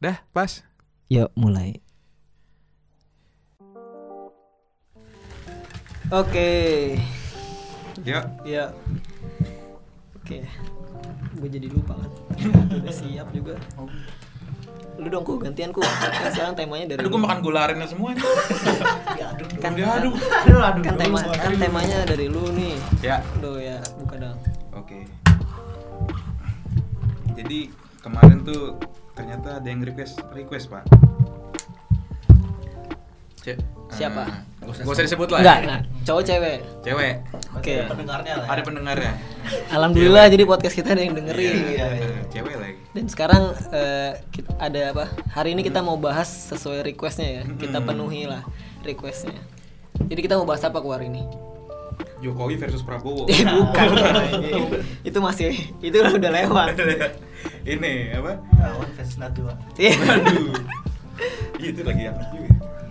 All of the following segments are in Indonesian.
Dah, pas. Yuk mulai. Oke. Yuk. Ya. Oke. Gue jadi lupa kan. Udah siap juga. Lu dong ku gantian ku. Kan sekarang temanya dari. Aduh, gue makan gula arennya semua nih. Kan temanya dari lu nih. Ya. Lo ya, buka dong. Oke. Jadi kemarin tuh ternyata ada yang request Pak. Siapa? Gak usah disebut lah. Enggak. Cowok cewek. Cewek. Oke. Pendengarnya lah. Ada pendengarnya. Alhamdulillah jadi podcast kita ada yang dengerin. Iya. Cewek lagi. Dan sekarang ada apa? Hari ini kita mau bahas sesuai requestnya ya. Kita penuhi lah requestnya. Jadi kita mau bahas apa hari ini? Jokowi versus Prabowo. Bukan. itu udah lewat. Ini apa? Kawan versus Najwa. Aduh. Itu lagi apa juga?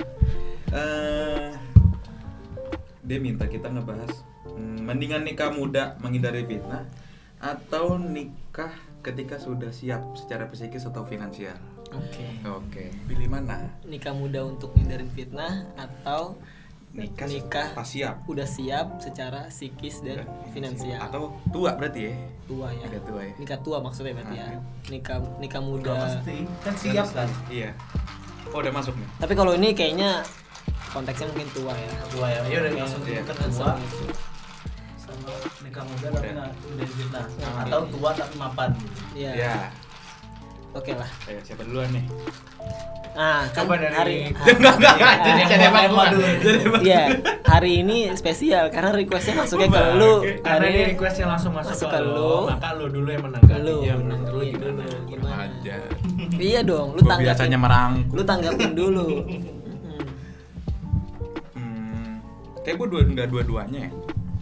Dia minta kita ngebahas mendingan nikah muda menghindari fitnah atau nikah ketika sudah siap secara psikis atau finansial. Oke. Pilih mana? Nikah muda untuk hindarin fitnah atau nikah pas siap, udah siap secara psikis dan finansial. Atau tua berarti ya? Tua ya. Nikah tua maksudnya berarti ya. Nikah muda. Pasti kan siap kan. Iya. Oh, udah masuk nih. Tapi kalau ini kayaknya konteksnya mungkin tua ya. Tua ya. Iya udah langsung iya. ke tua. Sama nikah muda tapi enggak udah fitnah. Atau tua tapi mapan gitu. Iya. Iya. Oke lah. Siapa duluan nih? Nah, kan Coba dari Iya, hari ini spesial karena requestnya masuknya ke lu. Karena Hari ini ini requestnya langsung masuk ke lu. maka lu dulu yang menanggapi. Lu Iya, menang lu dulu gimana? Kurang ajar. Iya dong, lu Gua tanggapin. biasanya merangkul. Lu tanggapin dulu. Kayak gue nggak dua-duanya ya.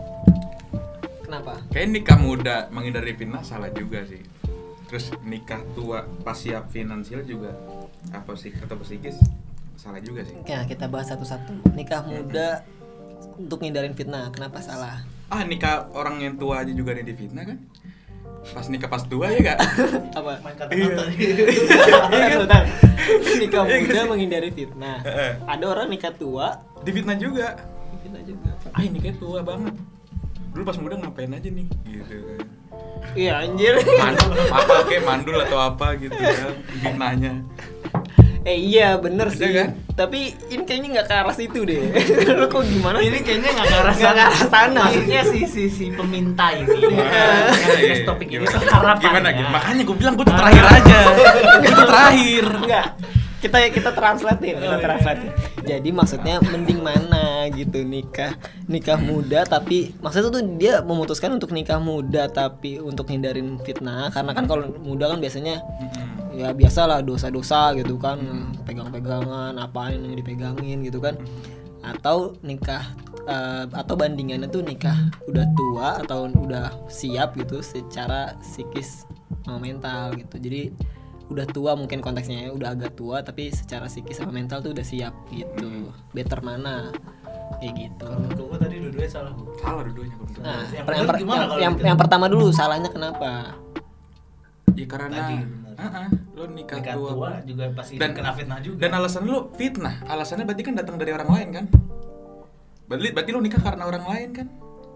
Kenapa? Kayak nikah muda menghindari fitnah salah juga sih. Terus nikah tua pas siap finansial juga apa sih atau psikis salah juga sih. Ya, kita bahas satu-satu. Nikah muda untuk ngindarin fitnah, kenapa salah? Nikah orang yang tua aja juga ada di fitnah kan? Pas nikah pas tua ya gak? Apa? Main kata-kata. Bentar. Nikah muda menghindari fitnah. Ada orang nikah tua Di fitnah juga. fitnah juga. Ini kayak tua banget. Dulu pas muda ngapain aja nih gitu kan. Iya anjir. Apa kayak mandul atau apa gitu kan fitnahnya. Iya bener sih kan? Tapi ini kayaknya gak ke arah situ deh. Lu kok gimana sih? Ini kayaknya enggak ke arah Nggak ke arah sana. Maksudnya si peminta ini. Iya. Topik ini Gimana? tuh harapan. Gimana? Makanya gue bilang gue tuh terakhir aja. Gue tuh terakhir. Enggak. Kita translatein. Jadi maksudnya mending mana gitu nikah muda tapi maksudnya tuh dia memutuskan untuk nikah muda tapi untuk hindarin fitnah karena kan kalau muda kan biasanya ya biasalah dosa-dosa gitu kan, pegang-pegangan apain yang dipegangin gitu kan. Atau nikah atau bandingannya tuh nikah udah tua atau udah siap gitu secara psikis sama mental gitu. Jadi udah tua mungkin konteksnya ya, udah agak tua tapi secara psikis sama mental tuh udah siap gitu. Better mana? Kayak gitu. Menurut gua tadi dua-duanya salah. Salah dua-duanya kalau menurut Nah, Yang bener gimana kalau gitu? yang pertama dulu salahnya kenapa? ya karena Tadi, bener. lo nikah Nikah tua tua juga pasti dan kena fitnah juga. dan alasan lo fitnah, alasannya berarti kan datang dari orang lain kan? Berarti lo nikah karena orang lain kan?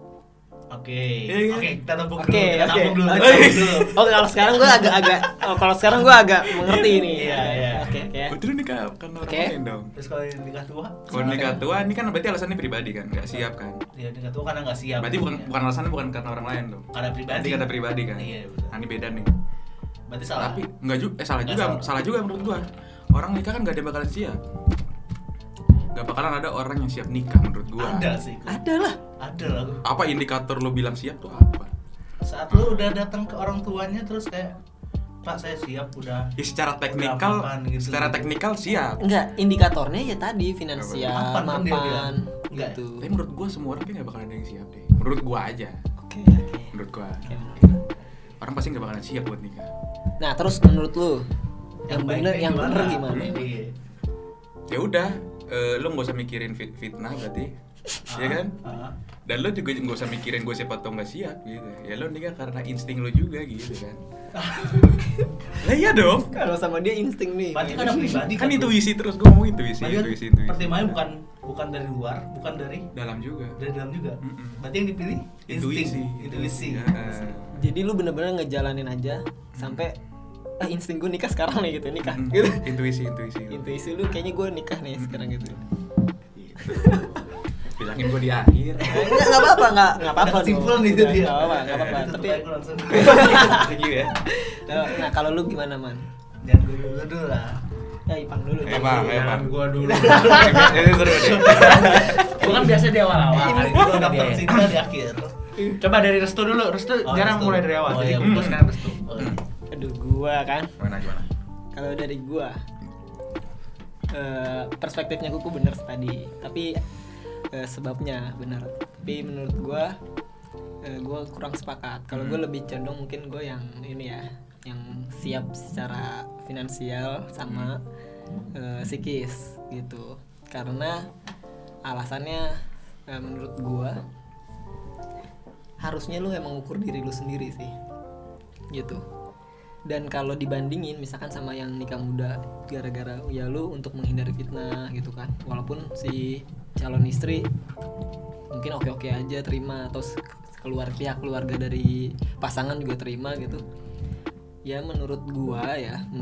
Oke, Iya, iya. oke, kita tepuk Oke, dulu, kita oke. tepuk dulu. Oke. Tepuk dulu. Oke, kalau sekarang gue agak mengerti nih. Iya, iya. Oke. Berarti lo nikah karena orang Oke. lain dong. Terus kalau yang nikah tua? Kalau nikah tua ini kan berarti alasannya pribadi kan, nggak siap kan? Iya, nikah tua karena nggak siap. Berarti bukan alasannya bukan karena orang lain dong. Karena pribadi. Nanti kata pribadi kan? Iya, betul. Ini beda nih. Berarti salah. Tapi nggak juga, salah juga menurut gua. Orang nikah kan nggak ada bakalan siap. Nggak bakalan ada orang yang siap nikah menurut gua. Ada sih. Ada lah. Ada lah. Apa indikator lo bilang siap tuh apa? Saat lu udah datang ke orang tuanya terus kayak, Pak saya siap udah. Ya, secara teknikal, mapan gitu. secara teknikal siap. Enggak, indikatornya ya tadi finansial, Mapan kan dia bilang. mapan Enggak. gitu. Tapi menurut gua semua orang kayak nggak bakalan ada yang siap deh. Menurut gua aja. Oke. Menurut gua. Oke. Orang pasti nggak bakalan siap buat nikah. Nah, terus menurut lu yang baik-baik bener gimana? Iya. Ya udah, lo nggak usah mikirin fitnah berarti, ya kan? Dan lo juga nggak usah mikirin gue siap atau nggak siap gitu. Ya lo nikah karena insting lo juga gitu kan. Lah iya dong. Kalau sama dia insting nih. Berarti kan ada pribadi Kan intuisi terus, gue ngomong intuisi. Pertimbangannya bukan dari luar, bukan dari dalam juga. Dari dalam juga. Berarti yang dipilih intuisi. Ya. Jadi lu bener-bener ngejalanin aja sampai insting gue nikah sekarang nih gitu, nikah gitu. Intuisi lu kayaknya gue nikah nih sekarang gitu. Bilangin gue di akhir. Enggak apa-apa. Kesimpulan itu dia. Enggak apa-apa. Tapi langsung. ya. Nah, kalau lu gimana, Man? Jangan dulu lah. Ya, Ipang dulu. Bang. Gua dulu. Ini seru deh. Gua kan biasa di awal-awal. Itu daftar cinta di akhir. Coba dari Restu dulu. Restu jarang mulai dari awal. Jadi gua sekarang Restu. Aduh, gua kan. Gimana? Kalau dari gua perspektifnya Kuku bener tadi, tapi sebabnya benar. Tapi menurut gua kurang sepakat. Kalau gua lebih condong mungkin gua yang ini ya, yang siap secara finansial sama psikis gitu. Karena alasannya menurut gua harusnya lu emang ukur diri lu sendiri sih. Gitu. Dan kalau dibandingin misalkan sama yang nikah muda gara-gara ya lu untuk menghindari fitnah gitu kan, walaupun si calon istri mungkin oke-oke aja terima, atau pihak keluarga dari pasangan juga terima gitu ya, menurut gua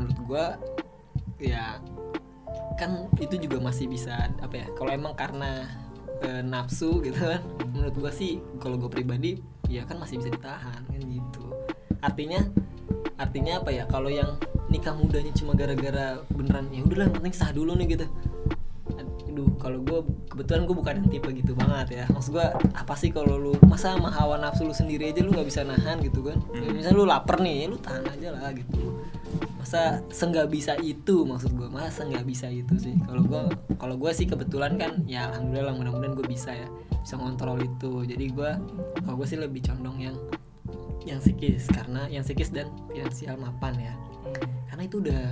ya kan itu juga masih bisa apa ya, kalau emang karena nafsu gitu kan, menurut gua sih kalau gua pribadi ya kan masih bisa ditahan kan gitu. Artinya apa ya, kalau yang nikah mudanya cuma gara-gara beneran ya udahlah yang penting sah dulu nih gitu. Aduh, kalau gue kebetulan gue bukan yang tipe gitu banget ya. Maksud gue apa sih kalau lu masa sama hawa nafsu lu sendiri aja lu nggak bisa nahan gitu kan? Misalnya lu lapar nih, ya lu tahan aja lah gitu. Masa senggak bisa itu, maksud gue masa nggak bisa itu sih. Kalau gue sih kebetulan kan ya alhamdulillah, mudah-mudahan gue bisa ngontrol itu. Jadi kalau gue sih lebih condong yang psikis, karena yang psikis dan finansial mapan ya. Karena itu udah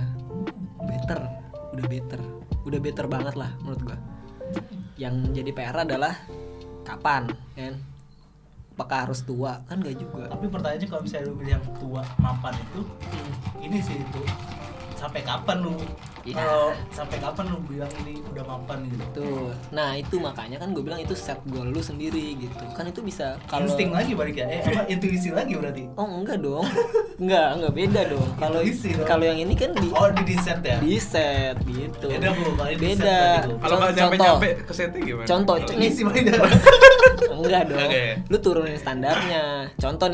better banget lah menurut gua. Yang jadi PR adalah kapan kan? Apakah harus tua? Kan enggak juga. Tapi pertanyaannya kalau misalnya lu bilang tua mapan itu ini sih itu sampai kapan lu? Ya. Kalau sampai kapan lu bilang ini udah mapan gitu? Tuh. Nah, itu makanya kan gue bilang itu set goal lu sendiri gitu. Kan itu bisa kalau insting lagi balik ya. Intuisi lagi berarti. Oh, enggak dong. Enggak beda dong. Kalau yang ini kan di set ya? Di set gitu. Beda Bu, kalau beda. Kalau enggak nyampe ke setnya gimana? Contoh ini sih beda. Enggak dong. Okay. Lu turunin standarnya. Contoh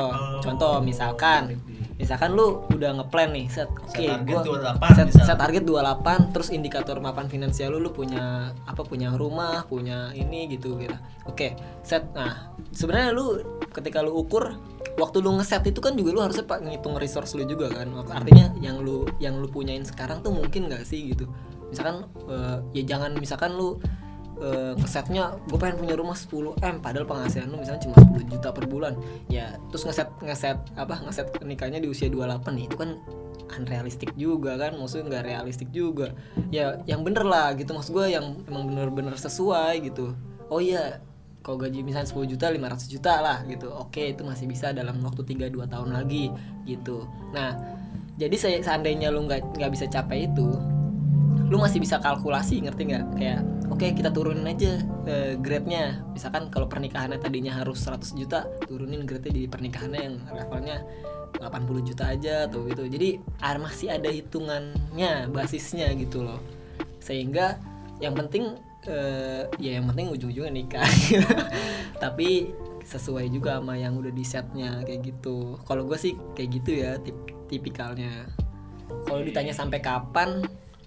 misalkan lu udah ngeplan nih set target 28, terus indikator mapan finansial lu punya rumah, punya ini gitu. Oke, set. Nah, sebenarnya lu ketika lu ukur waktu lu ngeset itu kan juga lu harusnya ngitung resource lu juga kan. Artinya yang lu punyain sekarang tuh mungkin enggak sih gitu. Misalkan ya jangan misalkan lu ngesetnya gue pengen punya rumah 10M padahal penghasilan lu misalnya cuma 10 juta per bulan ya, terus ngeset nikahnya di usia 28 nih, itu kan unrealistik juga kan, maksudnya nggak realistik juga ya. Yang bener lah gitu, maksud gue yang emang bener-bener sesuai gitu. Oh iya, kalau gaji misalnya 10 juta 500 juta lah gitu, oke, itu masih bisa dalam waktu 3-2 tahun lagi gitu. Nah, jadi seandainya lu nggak bisa capai itu, lu masih bisa kalkulasi, ngerti nggak? Kayak oke, kita turunin aja grade-nya. Misalkan kalau pernikahannya tadinya harus 100 juta, turunin grade-nya di pernikahannya yang levelnya 80 juta aja atau gitu. Jadi masih ada hitungannya, basisnya gitu loh. Sehingga yang penting yang penting ujung-ujungnya nikah. Tapi sesuai juga sama yang udah di setnya kayak gitu. Kalau gue sih kayak gitu ya tipikalnya. Kalau ditanya sampai kapan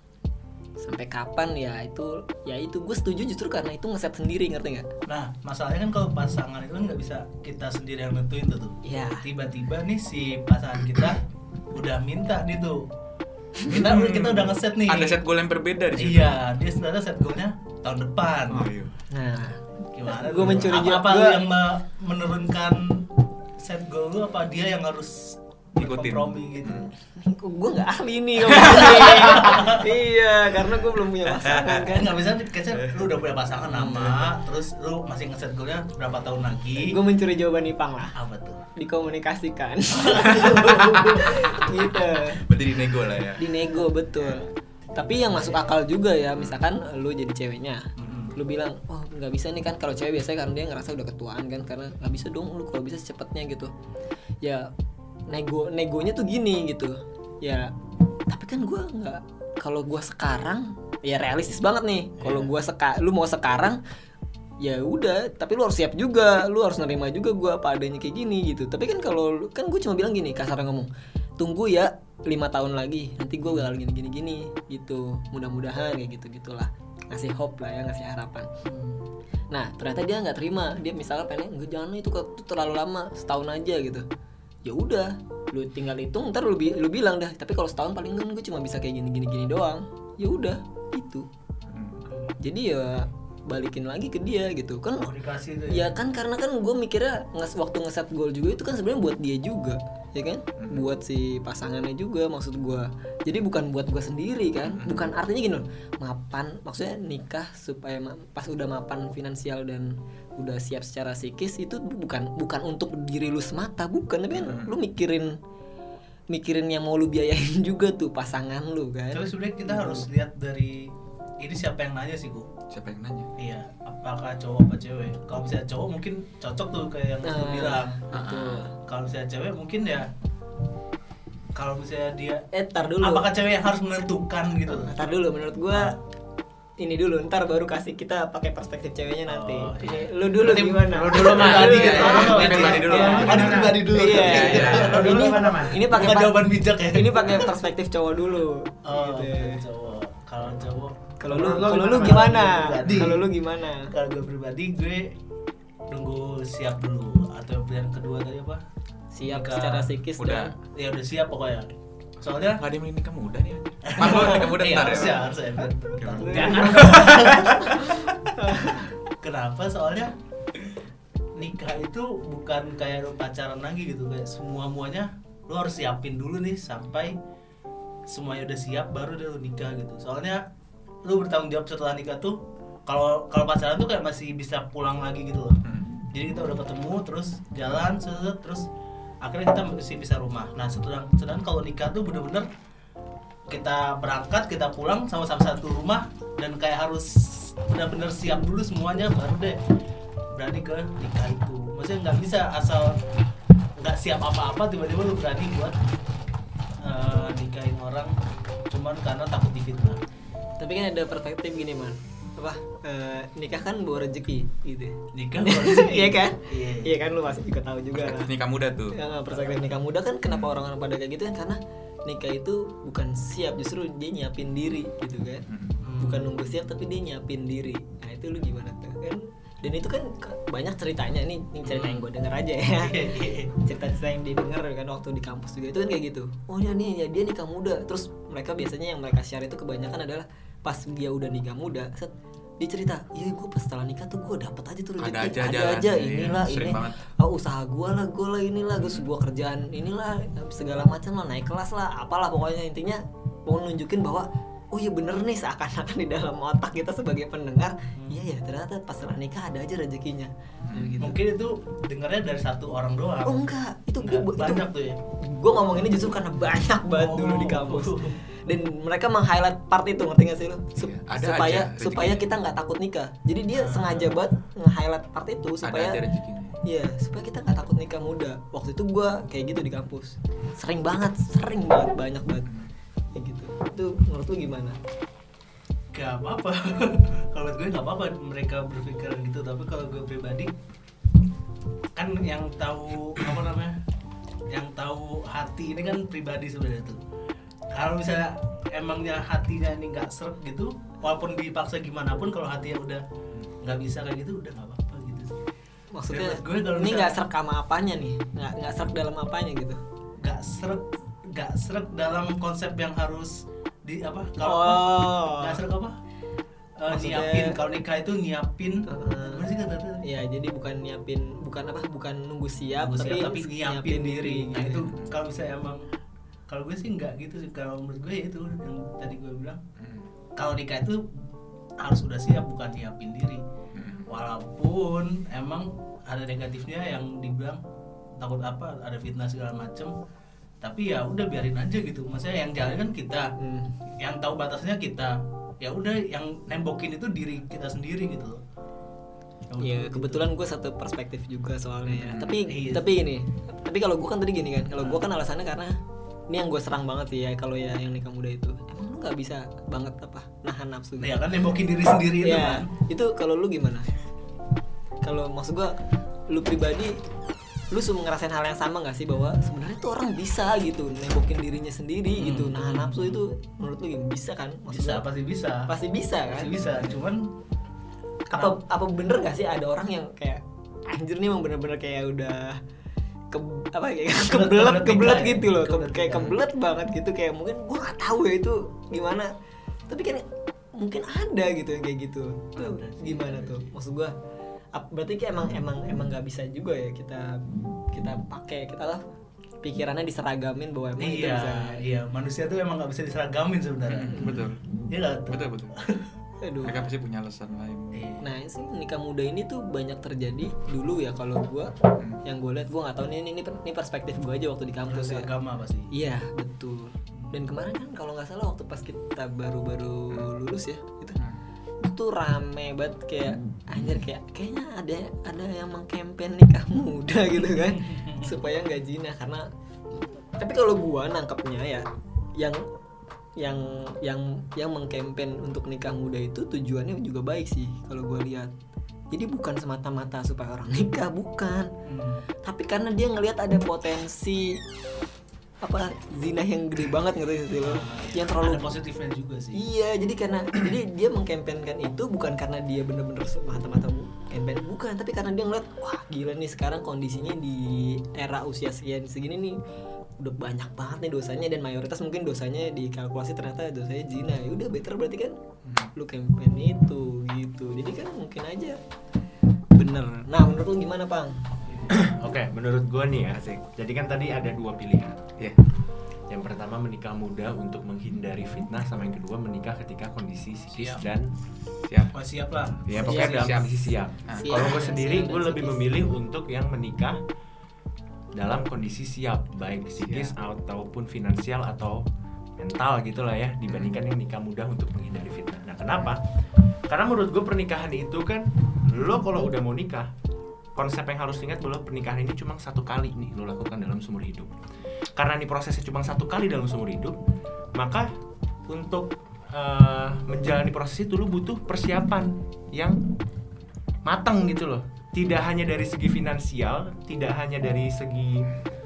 ya itu gue setuju justru karena itu ngeset sendiri, ngerti nggak? Nah, masalahnya kan kalau pasangan itu kan nggak bisa kita sendiri yang nentuin tuh. Iya. Tiba-tiba nih si pasangan kita udah minta nih tuh. Kita udah ngeset nih. Ada set goal yang berbeda di situ. Iya, dia sebenarnya set goalnya tahun depan. Oh, iya. Nah, gimana? Gue mencuri apa lu yang menurunkan set goal lu, apa dia yang harus ikutin kompromi gitu. Kok gue nggak ahli nih ngomongin. Iya, karena gue belum punya pasangan Kan kan. nggak bisa kayaknya lu udah punya pasangan lama, terus lu masih ngeset goalnya berapa tahun lagi? Gue mencuri jawaban Ipang lah. Apa tuh? Dikomunikasikan. Gitu. berarti dinego lah ya. Dinego betul. Tapi yang masuk akal juga ya, misalkan lu jadi ceweknya. Lu bilang, oh nggak bisa nih kan, kalau cewek biasanya karena dia ngerasa udah ketuaan kan, karena nggak bisa dong lu kalau bisa secepatnya gitu. Ya negonya tuh gini gitu. Ya tapi kan gue nggak, kalau gue sekarang ya realistis banget nih. Kalau gue lu mau sekarang ya udah, tapi lu harus siap juga, lu harus nerima juga gue apa adanya kayak gini gitu. Tapi kan kalau kan gue cuma bilang gini, kasarnya ngomong, tunggu ya 5 tahun lagi, nanti gue bakal gini gitu, mudah-mudahan kayak gitu gitulah, ngasih hope lah ya, ngasih harapan. Nah ternyata dia nggak terima, dia misalnya pengen enggak, jangan itu terlalu lama, setahun aja gitu. Ya udah, lu tinggal hitung, ntar lu bilang dah, tapi kalau setahun paling enggak gue cuma bisa kayak gini doang. Ya udah gitu. Jadi ya balikin lagi ke dia gitu kan. Komunikasi itu ya kan, karena kan gue mikirnya waktu ngeset goal juga itu kan sebenarnya buat dia juga ya kan, buat si pasangannya juga maksud gue. Jadi bukan buat gue sendiri kan, bukan artinya gini loh, mapan maksudnya nikah supaya pas udah mapan finansial dan udah siap secara psikis itu bukan untuk diri lu semata, bukan, tapi kan lu mikirin yang mau lu biayain juga tuh pasangan lu kan. Tapi sebenarnya kita harus lihat dari ini siapa yang nanya sih, Gu? Siapa yang nanya? Iya, apakah cowok apa cewek? Kalau misalnya cowok mungkin cocok tuh kayak yang lu bilang. Kalau misalnya cewek mungkin ya, kalau misalnya dia Tar dulu. Apakah cewek yang harus menentukan gitu? Tar dulu, menurut gua ini dulu, ntar baru kasih kita pakai perspektif ceweknya nanti. Iya. Lu dulu Berarti gimana? lu dulu mah tadi gitu. Pribadi dulu. Pribadi dulu. Iya. Ini pakai Bukan jawaban bijak ya. Ini pakai perspektif cowok dulu. Oh, Gitu. cowok. Kalau cowok, Kalau lu gimana? Pribadi. Kalau lu gimana? Kalau gue pribadi gue nunggu siap dulu, atau yang kedua tadi apa? Siap Nikah. secara psikis Udah. dan Ya udah siap pokoknya. Soalnya Nggak ada yang nikah muda nih anjir. Bang, lu nikah muda iya, ntar harusnya ya. Jangan. Kenapa? Soalnya nikah itu bukan kayak lu pacaran lagi gitu, kayak muanya lu harus siapin dulu nih sampai semuanya udah siap baru deh lu nikah gitu. Soalnya lu bertanggung jawab setelah nikah tuh, kalau pacaran tuh kayak masih bisa pulang lagi gitu loh. Jadi kita udah ketemu terus jalan terus akhirnya kita masih bisa rumah. Nah sedangkan kalau nikah tuh bener-bener kita berangkat, kita pulang sama-sama satu rumah, dan kayak harus benar-benar siap dulu semuanya baru deh berani ke nikah itu. Maksudnya nggak bisa asal nggak siap apa-apa tiba-tiba lu berani buat nikahin orang cuman karena takut difitnah. tapi kan ada perspektif gini man, apa nikah kan bawa rezeki gitu. Nikah Iya kan? Iya. Iya kan, lu pasti juga tahu juga lah. Nikah muda tuh. Ya, perspektif nikah muda kan kenapa orang-orang pada kayak gitu kan, karena nikah itu bukan siap, justru dia nyiapin diri gitu kan. Bukan nunggu siap tapi dia nyiapin diri. Nah itu lu gimana tuh kan? Dan itu kan banyak ceritanya, ini cerita yang gue denger aja ya. Cerita-cerita yang didengar kan waktu di kampus juga itu kan kayak gitu. Oh dia nikah muda. Terus mereka biasanya yang mereka share itu kebanyakan adalah pas dia udah nikah muda, dia cerita, iya gue pas setelah nikah tuh gue dapet aja tuh rezeki, ada aja inilah ini, usaha gue lah inilah, gue sebuah kerjaan inilah, segala macam lah, naik kelas lah, apalah pokoknya intinya mau nunjukin bahwa oh iya bener nih, seakan-akan di dalam otak kita sebagai pendengar, iya ya ternyata pas setelah nikah ada aja rezekinya. Gitu. Mungkin itu dengarnya dari satu orang doang. Oh enggak, itu banyak tuh ya. Gue ngomong ini justru karena banyak banget dulu di kampus. Dan mereka meng-highlight part itu, ngerti gak sih lo? Supaya kita nggak takut nikah. Jadi dia sengaja banget nge-highlight part itu supaya supaya kita nggak takut nikah muda. Waktu itu gue kayak gitu di kampus. Sering banget, banyak banget. Kayak gitu. Itu menurut lu gimana? Gak apa-apa. Kalau gue gak apa-apa mereka berpikiran gitu, tapi kalau gue pribadi kan yang tahu apa namanya? Yang tahu hati ini kan pribadi sebenarnya tuh. Kalau misalnya emangnya hatinya ini nggak seret gitu, walaupun dipaksa gimana pun, kalau hatinya udah nggak bisa kayak gitu, udah nggak apa-apa gitu. Maksudnya gue kalau ini nggak seret sama apanya nih? Nggak seret dalam apanya gitu? Nggak seret dalam konsep yang harus di apa? Kalau nggak seret apa? Nyiapin, kalau nikah itu nyiapin. Apa sih kata-kata? Ya, jadi bukan nunggu siap, tapi nyiapin diri. Nah, gitu. itu kalau misalnya emang kalau gue sih enggak gitu sih. Kalau menurut gue itu yang tadi gue bilang. Kalau nikah itu harus udah siap, bukan nyiapin diri. Walaupun emang ada negatifnya yang dibilang takut ada fitnah segala macem, tapi ya udah biarin aja gitu. Maksudnya yang jalan kan kita, yang tahu batasnya kita. Ya udah yang nembokin itu diri kita sendiri gitu loh. Ya kebetulan gue satu perspektif juga soalnya ya. Tapi kalau gue kan tadi gini kan, kalau gue kan alasannya karena ini yang gue serang banget sih ya, kalau ya yang nikah muda itu emang lu nggak bisa banget nahan nafsu. Ya kan nembokin diri sendiri itu ya, kan. Itu kalau lu gimana? Kalau maksud gue, lu pribadi lu ngerasain hal yang sama nggak sih bahwa sebenarnya tuh orang bisa gitu nembokin dirinya sendiri gitu, nahan nafsu itu menurut lu gimana? Bisa kan? Maksudnya, pasti bisa kan? Pasti bisa, cuman apa bener nggak sih ada orang yang kayak anjir nih emang bener-bener kayak udah kebelet gitu loh, kayak kebelet banget gitu, kayak mungkin gua nggak tahu ya itu gimana, tapi kan mungkin ada gitu yang kayak gitu. Tuh gimana tuh? Maksud gua berarti kayak emang nggak bisa juga ya kita pakai kita lah pikirannya diseragamin bahwa emang kita bisa. Iya, manusia tuh emang nggak bisa diseragamin sebenarnya. Betul. Iya betul. Aduh. Mereka pasti punya alasan lain. Nah sih nikah muda ini tuh banyak terjadi dulu ya kalau gue, yang gue lihat, gue nggak tahu ini perspektif gue aja waktu di kampus ya. Agama pasti. Iya betul. Dan kemarin kan kalau nggak salah waktu pas kita baru lulus ya itu rame banget, kayak anjir kayaknya ada yang mengkampen nikah muda gitu kan supaya nggak zina. Karena tapi kalau gue nangkepnya ya yang mengkampen untuk nikah muda itu tujuannya juga baik sih kalau gue lihat. Jadi bukan semata-mata supaya orang nikah, bukan. Tapi karena dia ngelihat ada potensi zina yang gede banget gitu loh. Yang terlalu ada positifnya juga sih. Iya, jadi dia mengkampenkan itu bukan karena dia benar-benar semata-mata campaign, bukan, tapi karena dia ngeliat wah gila nih sekarang kondisinya di era usia segini nih udah banyak banget nih dosanya, dan mayoritas mungkin dosanya dikalkulasi ternyata dosanya zina. Ya udah better berarti kan lu campaign itu gitu. Jadi kan mungkin aja bener. Nah menurut lu gimana Pang? Oke, menurut gue nih ya sih. Jadi kan tadi ada dua pilihan. Yang pertama menikah muda untuk menghindari fitnah, sama yang kedua menikah ketika kondisi psikis dan siap lah. Ya pokoknya dalam kondisi siap. Kalau gue sendiri gue lebih memilih untuk yang menikah dalam kondisi siap, baik psikis ataupun finansial atau mental gitulah ya, dibandingkan yang nikah muda untuk menghindari fitnah. Nah kenapa? Karena menurut gue pernikahan itu kan, lo kalau udah mau nikah, konsep yang harus ingat bahwa pernikahan ini cuma satu kali nih lo lakukan dalam seumur hidup. Karena ini prosesnya cuma satu kali dalam seumur hidup, maka untuk menjalani proses itu lo butuh persiapan yang matang gitu loh. Tidak hanya dari segi finansial, tidak hanya dari segi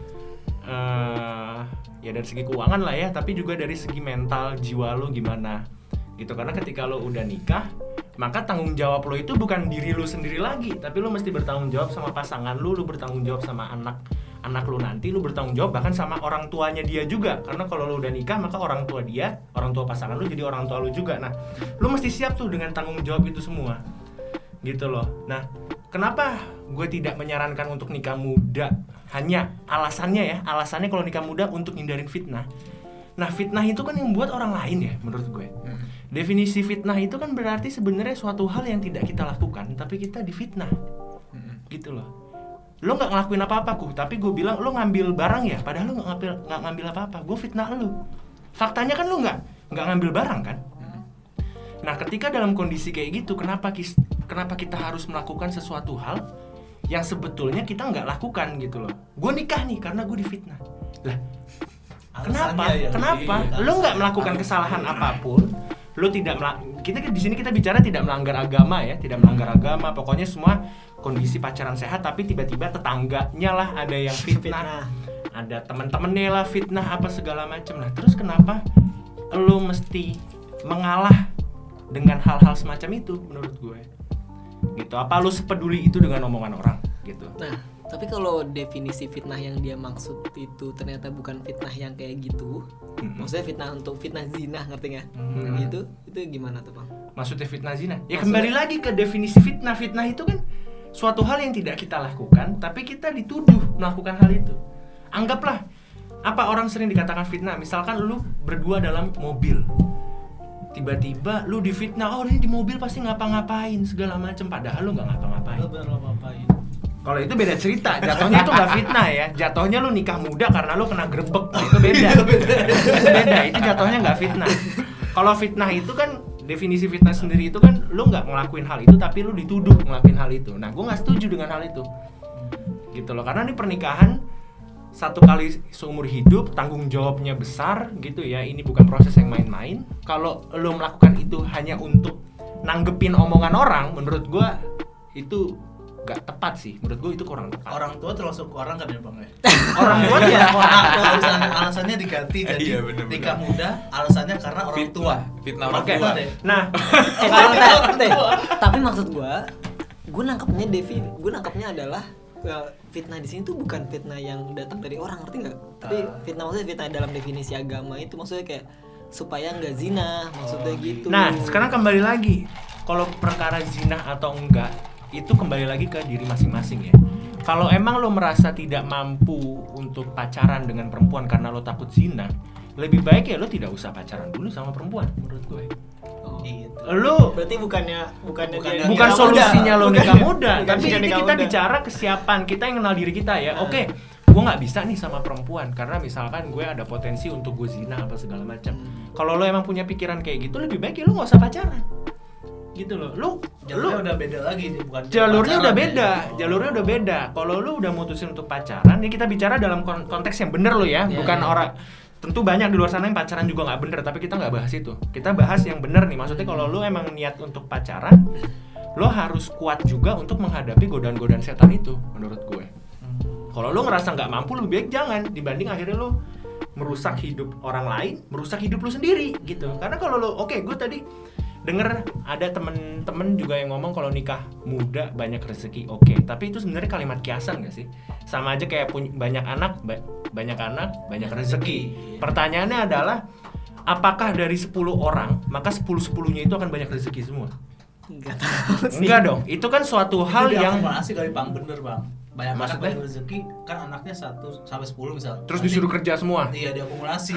dari segi keuangan lah ya, tapi juga dari segi mental, jiwa lo gimana gitu. Karena ketika lo udah nikah, maka tanggung jawab lo itu bukan diri lo sendiri lagi, tapi lo mesti bertanggung jawab sama pasangan lo bertanggung jawab sama anak lo nanti, lo bertanggung jawab bahkan sama orang tuanya dia juga. Karena kalau lo udah nikah, maka orang tua pasangan lo jadi orang tua lo juga. Nah, lo mesti siap tuh dengan tanggung jawab itu semua gitu loh. Nah, kenapa gue tidak menyarankan untuk nikah muda? Hanya alasannya kalau nikah muda untuk hindarin fitnah. Nah, fitnah itu kan yang buat orang lain ya menurut gue. Definisi fitnah itu kan berarti sebenarnya suatu hal yang tidak kita lakukan, tapi kita difitnah. Gitu loh. Lo gak ngelakuin apa-apa tapi gue bilang lo ngambil barang ya, padahal lo gak ngambil apa-apa. Gue fitnah lo. Faktanya kan lo gak ngambil barang kan. Nah, ketika dalam kondisi kayak gitu, kenapa kita harus melakukan sesuatu hal yang sebetulnya kita nggak lakukan gitu loh. Gue nikah nih karena gue difitnah. Lah, kenapa? Lo nggak melakukan kesalahan apapun. Lo tidak kita di sini kita bicara tidak melanggar agama ya, tidak melanggar agama. Pokoknya semua kondisi pacaran sehat, tapi tiba-tiba tetangganya lah ada yang fitnah. Ada teman-temannya lah fitnah apa segala macam. Nah, terus kenapa lo mesti mengalah dengan hal-hal semacam itu menurut gue gitu? Apa lu sepeduli itu dengan omongan orang gitu? Nah, tapi kalau definisi fitnah yang dia maksud itu ternyata bukan fitnah yang kayak gitu, maksudnya fitnah zina, ngerti nggak? Itu gimana tuh Bang? Maksudnya fitnah zina? Ya maksudnya, kembali lagi ke definisi fitnah itu kan suatu hal yang tidak kita lakukan tapi kita dituduh melakukan hal itu. Anggaplah apa orang sering dikatakan fitnah, misalkan lu berdua dalam mobil, tiba-tiba lu difitnah, oh ini di mobil pasti ngapa-ngapain segala macem, padahal lu nggak ngapa-ngapain. Kalau itu beda cerita, jatuhnya itu nggak fitnah ya, jatuhnya lu nikah muda karena lu kena grebek, nah, itu beda. Beda, itu jatuhnya nggak fitnah. Kalau fitnah itu kan definisi fitnah sendiri itu kan lu nggak ngelakuin hal itu tapi lu dituduh ngelakuin hal itu. Nah, gue nggak setuju dengan hal itu, gitu loh. Karena ini pernikahan satu kali seumur hidup, tanggung jawabnya besar, gitu ya. Ini bukan proses yang main-main. Kalau lu melakukan itu hanya untuk nanggepin omongan orang, menurut gue itu gak tepat sih, menurut gue itu kurang tepat. Orang tua termasuk orang kan ya Bang ya? Orang tua ya, alasannya diganti jadi nikah muda, alasannya karena orang tua. Fitnah orang tua. Nah, tapi maksud gue nangkapnya adalah fitnah di sini tuh bukan fitnah yang datang dari orang, ngerti nggak? Tapi fitnah maksudnya fitnah dalam definisi agama itu maksudnya kayak supaya nggak zina, maksudnya gitu. Nah, sekarang kembali lagi, kalau perkara zina atau enggak itu kembali lagi ke diri masing-masing ya. Kalau emang lo merasa tidak mampu untuk pacaran dengan perempuan karena lo takut zina, lebih baik ya lo tidak usah pacaran dulu sama perempuan menurut gue. Gitu. Lo berarti bukan solusinya lo nikah muda, tapi ini kita bicara kesiapan kita yang kenal diri kita ya. Oke, gue nggak bisa nih sama perempuan karena misalkan gue ada potensi untuk gue zina apa segala macam. Kalau lo emang punya pikiran kayak gitu, lebih baik ya lo nggak usah pacaran. Gitu loh. Jalurnya udah beda lagi nih, bukan jalurnya udah beda. Jalurnya udah beda. Kalau lu udah mutusin untuk pacaran, ini kita bicara dalam konteks yang bener lo ya, bukan orang. Tentu banyak di luar sana yang pacaran juga nggak bener, tapi kita nggak bahas itu. Kita bahas yang bener nih. Maksudnya kalau lu emang niat untuk pacaran, lo harus kuat juga untuk menghadapi godaan-godaan setan itu, menurut gue. Kalau lu ngerasa nggak mampu, lebih baik jangan, dibanding akhirnya lu merusak hidup orang lain, merusak hidup lu sendiri gitu. Karena kalau lu, gue tadi denger ada temen-temen juga yang ngomong kalau nikah muda banyak rezeki. Oke, tapi itu sebenarnya kalimat kiasan gak sih? Sama aja kayak banyak anak banyak rezeki. Pertanyaannya adalah apakah dari 10 orang maka 10-10-nya itu akan banyak rezeki semua? Enggak dong. Itu kan suatu hal yang masih kali Bang, bener Bang. Banyak anak banyak rezeki, kan anaknya 1 sampai 10 misal. Terus disuruh kerja semua. Iya, diakumulasi.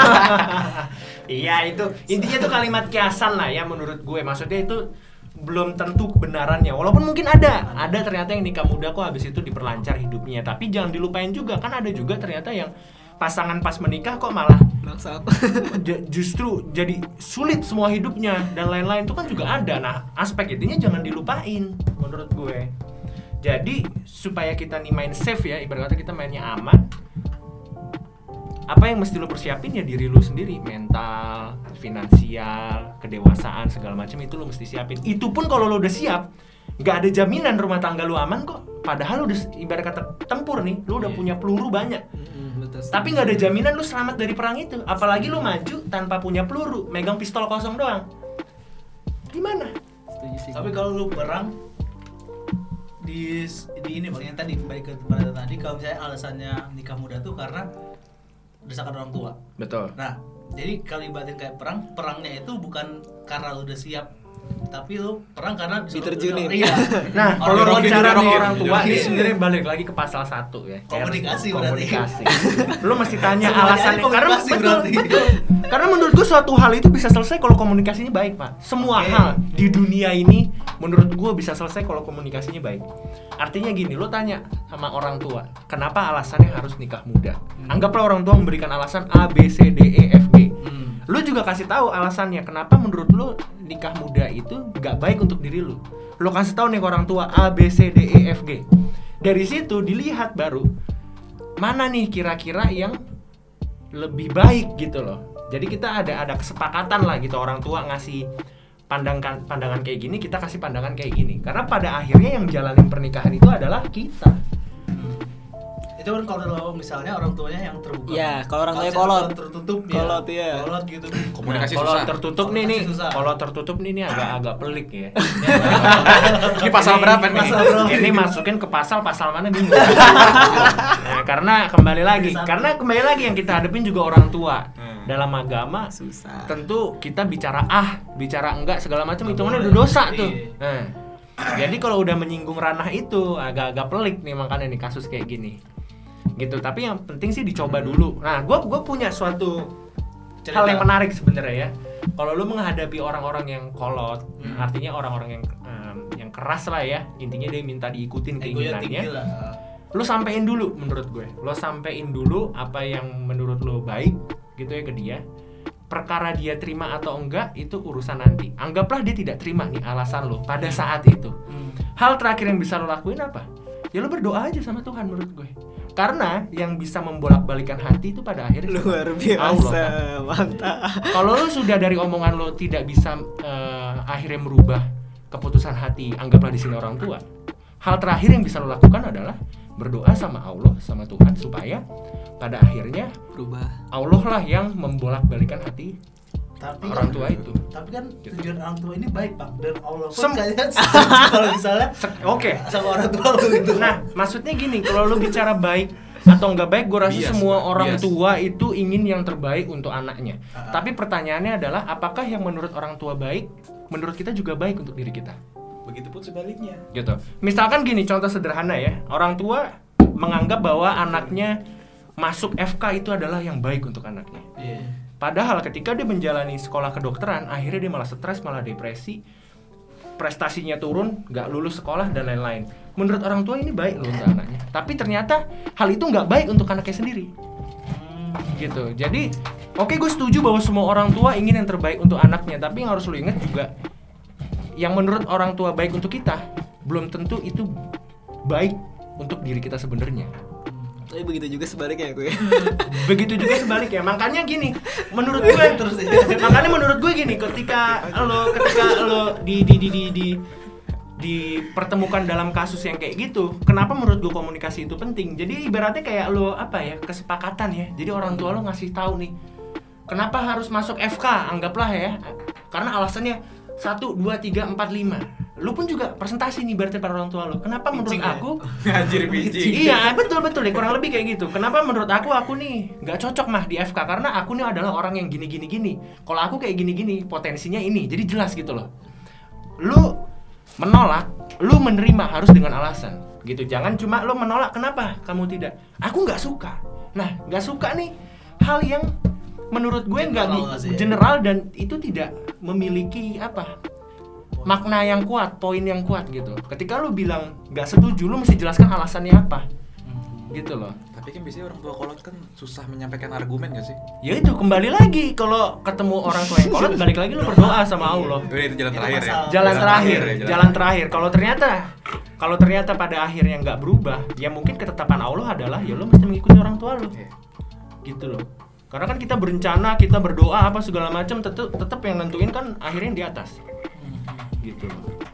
Iya, itu intinya itu kalimat kiasan lah ya menurut gue. Maksudnya itu belum tentu kebenarannya. Walaupun mungkin ada ternyata yang nikah muda kok habis itu diperlancar hidupnya. Tapi jangan dilupain juga, kan ada juga ternyata yang pasangan pas menikah kok malah justru jadi sulit semua hidupnya dan lain-lain, itu kan juga ada. Nah, aspek itunya jangan dilupain menurut gue. Jadi supaya kita nih main safe ya, ibarat kata kita mainnya aman, apa yang mesti lo persiapin ya diri lo sendiri, mental, finansial, kedewasaan, segala macam itu lo mesti siapin. Itu pun kalau lo udah siap, nggak ada jaminan rumah tangga lo aman kok. Padahal lo udah ibarat kata tempur nih, lo udah punya peluru banyak. Tapi nggak ada jaminan lo selamat dari perang itu. Apalagi lo maju tanpa punya peluru, megang pistol kosong doang. Gimana? Tapi kalau lo perang di ini Bang, yang tadi kembali ke pada tadi, kalau misalnya alasannya nikah muda tuh karena desakan orang tua. Betul. Nah, jadi kalau ibatin kayak perangnya itu bukan karena lu udah siap, tapi lu perang karena diterjunin. Iya. Nah, kalau bicara orang tua ini sebenarnya balik lagi ke pasal 1 ya. Komunikasi. Lu mesti tanya alasannya karena berarti. Karena menurut gue suatu hal itu bisa selesai kalau komunikasinya baik, Pak. Semua hal di dunia ini menurut gue bisa selesai kalau komunikasinya baik. Artinya gini, lo tanya sama orang tua, kenapa alasannya harus nikah muda? Anggaplah orang tua memberikan alasan A, B, C, D, E, F, G. Lo juga kasih tahu alasannya kenapa menurut lo nikah muda itu gak baik untuk diri lo. Lo kasih tahu nih ke orang tua A, B, C, D, E, F, G. Dari situ dilihat baru mana nih kira-kira yang lebih baik gitu loh. Jadi kita ada kesepakatan lah gitu, orang tua ngasih pandangan kayak gini, kita kasih pandangan kayak gini. Karena pada akhirnya yang jalanin pernikahan itu adalah kita. Itu kan kalau misalnya orang tuanya yang terbuka. Iya, kalau orang tuanya kolot. Tertutup kolot ya. Kolot gitu. Komunikasi kalau susah. Kalau tertutup nih agak pelik ya. Ini pasal berapa nih? Ini masukin ke pasal mana bingung. Nah, karena kembali lagi yang kita hadapin juga orang tua. Dalam agama susah. Tentu kita bicara bicara enggak segala macam hitungannya udah dosa tuh. Nah, Jadi kalau udah menyinggung ranah itu agak-agak pelik nih, makanya nih kasus kayak gini. Gitu. Tapi yang penting sih dicoba dulu. Nah, gue punya suatu hal yang menarik sebenarnya ya. Kalau lu menghadapi orang-orang yang kolot, artinya orang-orang yang keras lah ya, intinya dia minta diikutin keinginannya. Lu sampein dulu menurut gue. Lu sampein dulu apa yang menurut lu baik gitu ya ke dia. Perkara dia terima atau enggak itu urusan nanti. Anggaplah dia tidak terima nih alasan lu pada saat itu. Hal terakhir yang bisa lu lakuin apa? Ya lu berdoa aja sama Tuhan menurut gue. Karena yang bisa membolak-balikan hati itu pada akhirnya luar biasa, Allah, mantap. Kalau lu sudah dari omongan lu tidak bisa akhirnya merubah keputusan hati, anggaplah di sini orang tua. Hal terakhir yang bisa lu lakukan adalah berdoa sama Allah, sama Tuhan supaya pada akhirnya Berubah. Allah lah yang membolak-balikan hati orang tua itu. Tapi kan tujuan orang tua ini baik, Pak. Dan Allah pun kayaknya kalau misalnya sama orang tua lu gitu. Nah, maksudnya gini, kalau lu bicara baik atau enggak baik, gue rasa semua orang tua itu ingin yang terbaik untuk anaknya. Tapi pertanyaannya adalah apakah yang menurut orang tua baik, menurut kita juga baik untuk diri kita? Begitupun sebaliknya. Gitu. Misalkan gini, contoh sederhana ya. Orang tua menganggap bahwa anaknya masuk FK itu adalah yang baik untuk anaknya. Padahal ketika dia menjalani sekolah kedokteran, akhirnya dia malah stres, malah depresi, prestasinya turun, nggak lulus sekolah dan lain-lain. Menurut orang tua ini baik loh untuk anaknya. Tapi ternyata hal itu nggak baik untuk anaknya sendiri. Gitu. Jadi, oke, gue setuju bahwa semua orang tua ingin yang terbaik untuk anaknya. Tapi yang harus lo ingat juga, yang menurut orang tua baik untuk kita, belum tentu itu baik untuk diri kita sebenarnya. Tapi begitu juga sebaliknya ya gue. Begitu juga sebaliknya. Makanya gini, menurut gue terus makanya menurut gue gini, ketika lo dipertemukan dalam kasus yang kayak gitu, kenapa menurut gue komunikasi itu penting? Jadi ibaratnya kayak lo kesepakatan ya. Jadi orang tua lo ngasih tahu nih, kenapa harus masuk FK, anggaplah ya. Karena alasannya 1, 2, 3, 4, 5. Lu pun juga presentasi nih berarti pada orang tua lu. Kenapa menurut aku Anjir biji. Iya, betul ya, kurang lebih kayak gitu. Kenapa menurut aku nih nggak cocok mah di FK karena aku nih adalah orang yang gini. Kalau aku kayak gini, potensinya ini. Jadi jelas gitu loh. Lu menolak, lu menerima harus dengan alasan gitu. Jangan cuma lu menolak, kenapa kamu tidak? Aku nggak suka. Nah, nggak suka nih hal yang menurut gue nggak general dan itu tidak memiliki makna yang kuat, poin yang kuat gitu. Ketika lu bilang nggak setuju, lu mesti jelaskan alasannya apa, gitu loh. Tapi kan biasanya orang tua kolot kan susah menyampaikan argumen nggak sih? Ya itu kembali lagi, kalau ketemu orang tua yang kolot, balik lagi lu berdoa sama Allah. Itu jalan terakhir ya. Jalan terakhir. Kalau ternyata pada akhirnya nggak berubah, ya mungkin ketetapan Allah adalah ya lu mesti mengikuti orang tua lu, gitu loh. Karena kan kita berencana, kita berdoa apa segala macam, tetap yang nentuin kan akhirnya yang di atas. Gitu.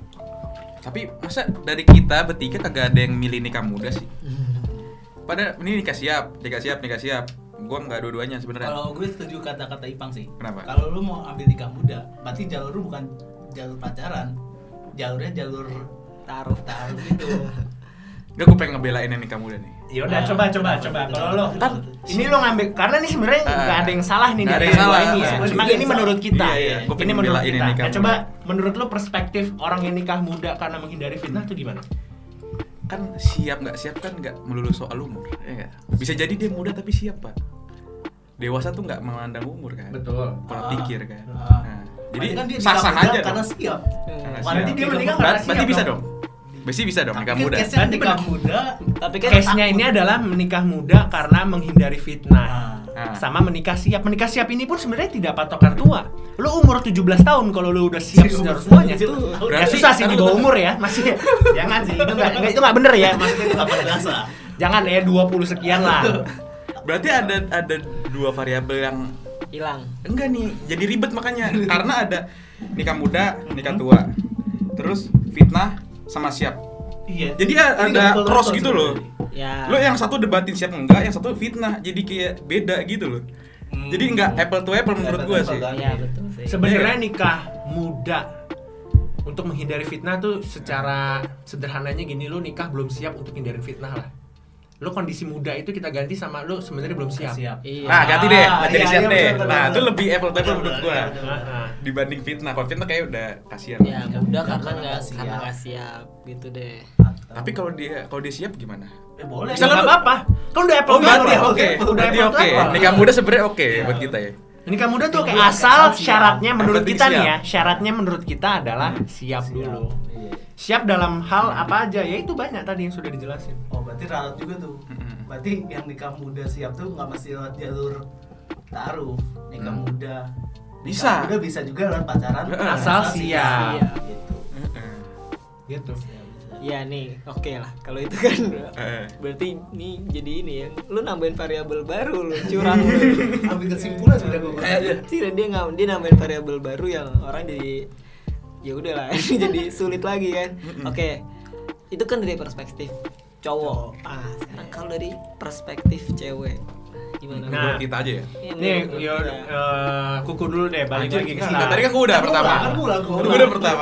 Tapi masa dari kita bertiga kagak ada yang milih nikah muda sih? Pada ini nikah siap. Gua nggak dua-duanya sebenarnya. Kalau gue setuju kata-kata Ipang sih. Kenapa? Kalau lu mau ambil nikah muda, berarti jalur lu bukan jalur pacaran, jalurnya jalur taruh gitu. Udah, gue pengen ngebelain yang nikah muda nih. Ya udah, coba. Kalau lo ini lo ngambil, karena nih sebenarnya nggak ada yang salah nih dari salah ini ya. Cuma ini menurut kita. Iya. Ini menurut kita. Coba menurut lo perspektif orang yang nikah muda karena menghindari fitnah itu gimana? Kan siap nggak siap kan nggak melulu soal umur, ya nggak? Bisa jadi dia muda tapi siap, Pak. Dewasa tuh nggak memandang umur kan? Betul. Pola pikir kan. Nah, jadi kan dia sah-sah aja karena dong. siap. Berarti dia menikah karena siap. Berarti bisa dong. Bisa dong nikah muda. Tapi nikah muda, Tapi kan case-nya ini adalah menikah muda karena menghindari fitnah. Sama menikah siap. Menikah siap ini pun sebenarnya tidak patokan tua. Lu umur 17 tahun kalau lu udah siap semuanya. Ya susah sih di bawah umur ya. Masih jangan sih. Itu enggak bener ya. maksudnya itu 18 lah. Jangan ya 20 sekian lah. Berarti ada dua variabel yang hilang. enggak nih, jadi ribet makanya. Karena ada nikah muda, nikah tua. Terus fitnah sama siap. Iya. Jadi ada cross gitu loh. Ya. Lo yang satu debatin siap enggak, yang satu fitnah. Jadi kayak beda gitu loh. Jadi enggak apple to apple menurut gua sih. Iya, betul sih. Sebenarnya nikah muda untuk menghindari fitnah tuh secara sederhananya gini, lu nikah belum siap untuk hindarin fitnah lah. Lu kondisi muda itu kita ganti sama lu sebenarnya belum siap. Iya. Nah, ganti deh, jadi siap deh. betul, Nah, betul. itu lebih apple to apple menurut gua. Heeh. Dibanding fitnah. Kalau fitnah kayak udah kasihan. Ya mudah karena karena nggak nggak siap gitu deh. Tapi kalau dia siap gimana? Boleh. Misalnya Misalnya apa? Kan udah apple Oh, to berarti apple. oke. Udah Berarti apple to oke. apple. Nikah muda sebenarnya oke Iya. buat kita ya. Nikah muda tuh oke Nikah muda asal asal siap. syaratnya menurut Yang penting kita nih siap. ya. Syaratnya menurut kita adalah siap dulu. Iya. Siap dalam hal apa aja? Ya itu banyak tadi yang sudah dijelasin. Oh, berarti ralat juga tuh. Berarti yang nikah muda siap tuh nggak mesti lewat jalur ta'aruf. Nikah muda Bisa. Nikah muda bisa juga lewat pacaran. Asal siap. Gitu. Gitu. Ya nih, oke lah. Kalau itu kan berarti nih jadi ini ya. Lu nambahin variabel baru lu, curang lu. Ambil kesimpulan sudah gue. Dia nambahin variabel baru yang orang jadi ya udahlah ini jadi sulit lagi kan. Oke. Itu kan dari perspektif cowok. Sekarang kalau dari perspektif cewek gimana? Nah, Menurut kita aja ya. Ini Nih, menurut yo, kita. kuku dulu deh, balik Anjir, lagi ke enggak, sana. tadi kan gua udah pertama. Gua udah pertama.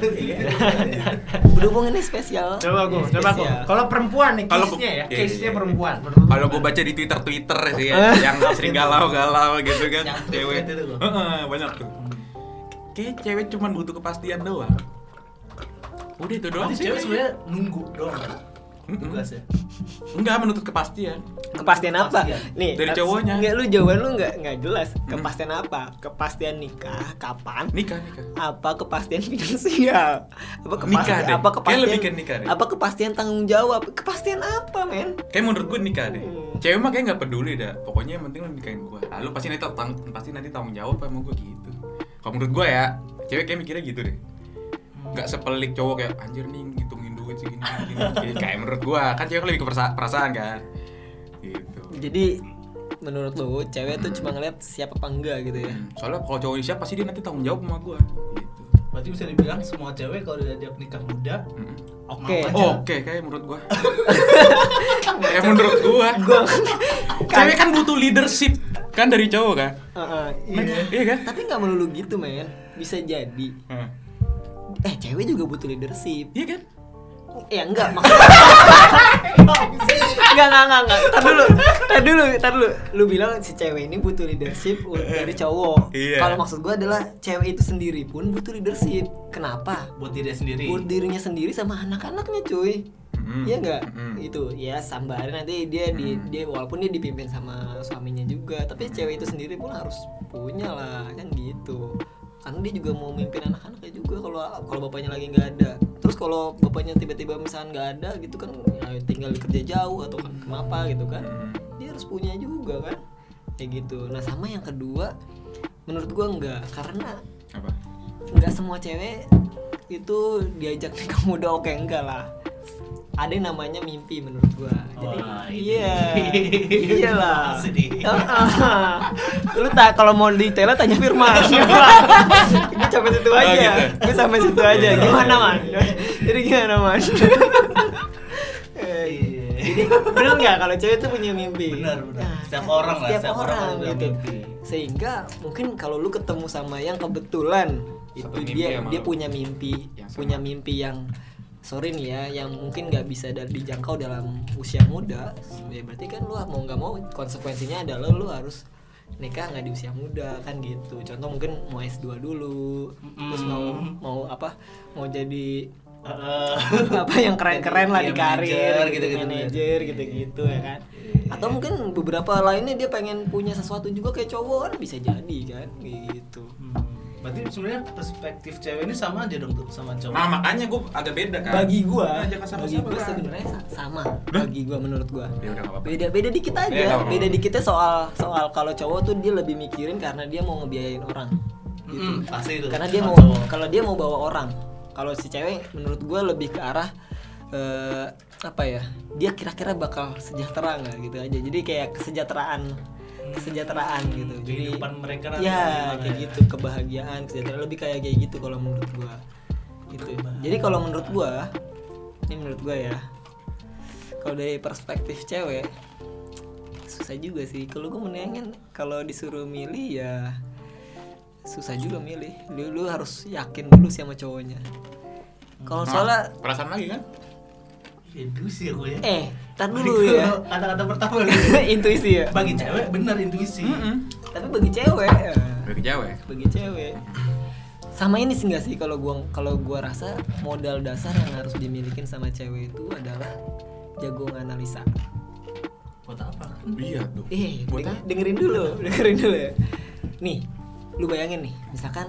Berhubung ini spesial. Coba aku. Spesial. Kalau perempuan nih, Kalau case-nya ya, iya, case-nya iya. perempuan. Kalau gue baca di Twitter sih ya, yang sering galau-galau gitu kan, Yang cewek. tweet itu loh. Banyak tuh. Kayak cewek cuma butuh kepastian doang. Udah itu doang Berarti sih. cewek sebenarnya nunggu doang kan? Tugasnya. Enggak menuntut kepastian. Kepastian apa? Kepastian. Nih, Dari cowoknya. Enggak, lu jawaban lu enggak jelas. Kepastian apa? Kepastian nikah kapan? Nikah. Apa kepastian finansial? Apa Nikah kepastian deh. apa Kayak kepastian? lebih ke nikah deh. Apa kepastian tanggung jawab? Kepastian apa, men? Kayak menurut gue nikah deh. Cewek mah kayak nggak peduli dah. Pokoknya yang penting lu nikahin gue. Lalu pasti nanti tanggung jawab sama gue gitu. Kalau menurut gue ya, cewek kayak mikirnya gitu deh. Nggak sepelik cowok kayak anjir nih ngitungin duit segini. Kayak menurut gue kan cewek lebih ke perasaan kan. Gitu. Jadi menurut lu cewek tuh cuma ngeliat siap apa enggak gitu ya. Soalnya kalau cowok siap pasti dia nanti tanggung jawab sama gue. Gitu. Berarti bisa dibilang semua cewek kalau diajak nikah muda, Oke. mau aja. Oh, oke, kayak menurut gue. Kayak menurut gue. Cewek kan butuh leadership kan dari cowok kan. Iya kan? Tapi nggak melulu gitu, men. Bisa jadi. Cewek juga butuh leadership. Iya kan? Ya enggak maksudnya. Enggak. Tar dulu. Lu bilang si cewek ini butuh leadership dari cowok. Iya. Kalau maksud gua adalah cewek itu sendiri pun butuh leadership. Kenapa? Buat diri sendiri. Buat dirinya sendiri sama anak-anaknya, cuy. Iya enggak? Itu ya sambarin nanti dia walaupun dia dipimpin sama suaminya juga, tapi cewek itu sendiri pun harus punya lah, kan gitu. Karena dia juga mau mimpin anak-anaknya juga kalau bapaknya lagi nggak ada. Terus kalau bapaknya tiba-tiba misalnya nggak ada gitu kan, ya tinggal kerja jauh atau kenapa gitu kan, dia harus punya juga kan, kayak gitu. Nah sama yang kedua, menurut gua enggak, karena Apa? nggak semua cewek itu diajak nikah muda, oke enggak lah. Ada yang namanya mimpi menurut gua. Jadi Wah, iyalah. Sedih. Lu tak kalau mau detailnya tanya Firman. Gue sampai situ aja. gitu. Gue sampai situ aja. Gimana, Man? Jadi gimana, Man? Jadi bener nggak kalau cewek tuh punya mimpi? Benar. Setiap orang lah, Setiap orang punya gitu. mimpi. Sehingga mungkin kalau lu ketemu sama yang kebetulan Satu itu mimpi dia sama dia lu. punya mimpi, Yang sama. punya mimpi yang sorry nih ya, yang mungkin nggak bisa dijangkau dalam usia muda, ya berarti kan lu mau nggak mau konsekuensinya adalah lu harus nikah nggak di usia muda kan gitu. Contoh mungkin mau S2 dulu, terus mau jadi apa yang keren-keren lah di karir, manajer gitu ya kan. Atau mungkin beberapa lainnya dia pengen punya sesuatu juga kayak cowok kan, bisa jadi kan gitu. Berarti sebenarnya perspektif cewek ini sama aja dong tuh sama cowok. Nah makanya gue agak beda kan. Bagi gua sama sebenarnya sama. Bagi gua menurut gua. Ya udah nggak apa-apa. Beda dikit Iya, aja. nggak apa-apa. Beda dikitnya soal kalau cowok tuh dia lebih mikirin karena dia mau ngebiayain orang. Gitu. Pasti itu. Karena dia Sama mau cowok. kalau dia mau bawa orang. Kalau si cewek menurut gua lebih ke arah apa ya? Dia kira-kira bakal sejahtera nggak gitu aja. Jadi kayak kesejahteraan gitu. Jadi Kehidupan mereka nanti ya gimana kayak ya? gitu, kebahagiaan, kesejahteraan lebih kayak gitu kalau menurut gua. Gitu. Jadi kalau menurut gua, ini menurut gua ya. Kalau dari perspektif cewek susah juga sih. Kalau gua mendingan kalau disuruh milih ya susah juga milih. Lu harus yakin dulu sih sama cowoknya. Kalau soalnya perasaan lagi kan? Intuisi aku ya. Tar dulu ya. Kata-kata pertama Intuisi ya. bagi cewek bener intuisi. Tapi bagi cewek. Bagi cewek. Sama ini sih nggak sih kalau gua rasa modal dasar yang harus dimilikin sama cewek itu adalah jago analisa. Buat apa? Iya tuh. Dengerin dulu ya. Nih, lu bayangin nih, misalkan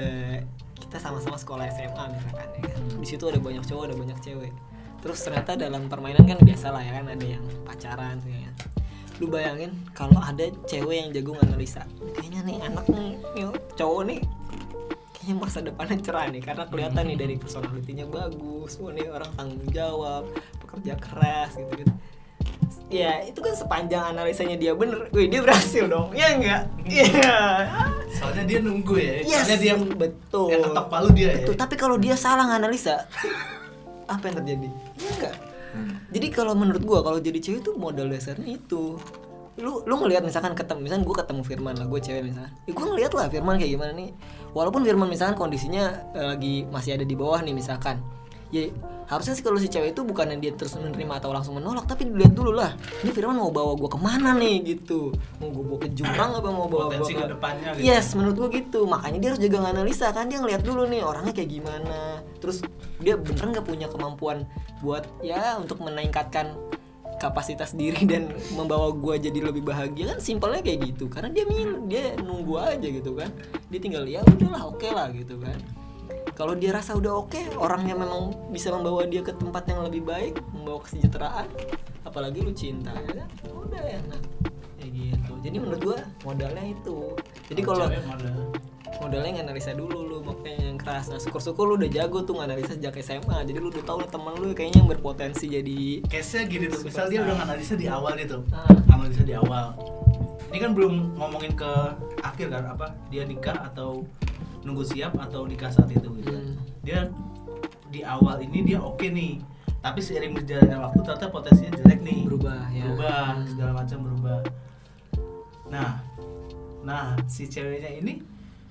kita sama-sama sekolah SMA misalkan ya kan. Di situ ada banyak cowok, ada banyak cewek. Terus ternyata dalam permainan kan biasa lah ya kan, ada yang pacaran ya kan. Lu bayangin kalau ada cewek yang jago analisa. Kayaknya nih anak nih cowok nih kayaknya masa depannya cerah nih karena kelihatan nih dari personalitinya bagus. Wah nih orang tanggung jawab, pekerja keras gitu. Ya itu kan sepanjang analisanya dia bener, dia berhasil dong, ya enggak? Iya. Soalnya dia nunggu ya. Yes, soalnya dia betul. Yang ketok palu dia betul. Ya. Tapi kalau dia salah nganalisa, apa yang terjadi? Ya enggak. Jadi kalau menurut gua kalau jadi cewek itu modal dasarnya itu. Lu ngelihat misalkan misalkan gua ketemu Firman lah, gua cewek misalkan. Gua ngelihat lah Firman kayak gimana nih. Walaupun Firman misalkan kondisinya lagi masih ada di bawah nih misalkan. Ya harusnya sih kalau si cewek itu bukan yang dia terus menerima atau langsung menolak, tapi dilihat dulu lah ini Firman mau bawa gue kemana nih gitu, mau gue bawa ke jurang apa mau bawa potensi ke depannya gitu. Yes, menurut gue gitu. Makanya dia harus jaga analisa kan, dia ngeliat dulu nih orangnya kayak gimana, terus dia beneran nggak punya kemampuan buat ya untuk meningkatkan kapasitas diri dan membawa gue jadi lebih bahagia kan, simpelnya kayak gitu. Karena dia nunggu aja gitu kan, dia tinggal ya udahlah oke lah gitu kan. Kalau dia rasa udah oke, orangnya memang bisa membawa dia ke tempat yang lebih baik, membawa kesejahteraan, apalagi lu cinta ya kan, udah enak kayak gitu. Jadi menurut gua modalnya itu. Jadi kalau modalnya nganalisa dulu lu, makanya yang keras. Nah syukur-syukur lu udah jago tuh nganalisa sejak SMA. Jadi lu udah tahu temen lu kayaknya yang berpotensi jadi. Case-nya gini tuh, misal dia udah nganalisa di awal gitu, analisa di awal. Ini kan belum ngomongin ke akhir kan, apa dia nikah atau nunggu siap atau nikah saat itu gitu. Dia di awal ini dia oke nih, tapi seiring berjalannya waktu ternyata potensinya jelek nih, berubah segala macam berubah. Nah si ceweknya ini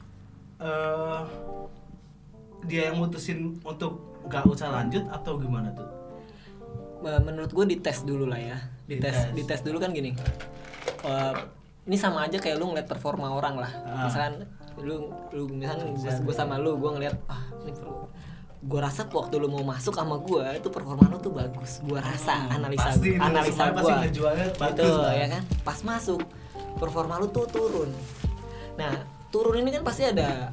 dia yang mutusin untuk gak usah lanjut atau gimana tuh? Menurut gue dites dulu lah ya, dites dulu kan gini. Ini sama aja kayak lu ngeliat performa orang lah. Misalkan lu misalkan gue sama lu, gue ngeliat ini gue rasa waktu lu mau masuk sama gue itu performa lu tuh bagus, gue rasa analisa gue gitu ya kan. Pas masuk performa lu tuh turun. Nah turun ini kan pasti ada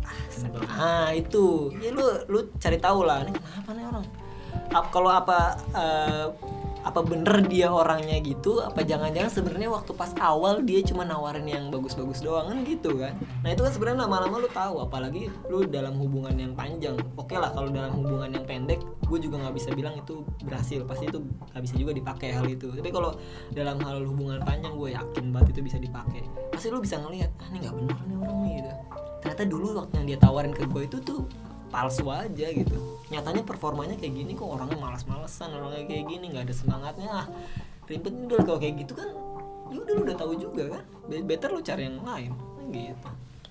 itu ya lu cari tahu lah ini kenapa nih orang. Kalau apa bener dia orangnya gitu, apa jangan-jangan sebenarnya waktu pas awal dia cuma nawarin yang bagus-bagus doang kan gitu kan. Nah itu kan sebenarnya lama-lama lu tahu, apalagi lu dalam hubungan yang panjang. Oke lah kalau dalam hubungan yang pendek gue juga nggak bisa bilang itu berhasil, pasti itu nggak bisa juga dipakai hal itu. Tapi kalau dalam hal hubungan panjang gue yakin banget itu bisa dipakai. Pasti lu bisa ngelihat ini nggak bener nih orang nih gitu. Ternyata dulu waktu yang dia tawarin ke gue itu tuh palsu aja gitu. Nyatanya performanya kayak gini kok, orangnya malas-malesan, orangnya kayak gini nggak ada semangatnya, ribet udah. Kalau kayak gitu kan ya udah lu udah tahu juga kan, better lu cari yang lain gitu.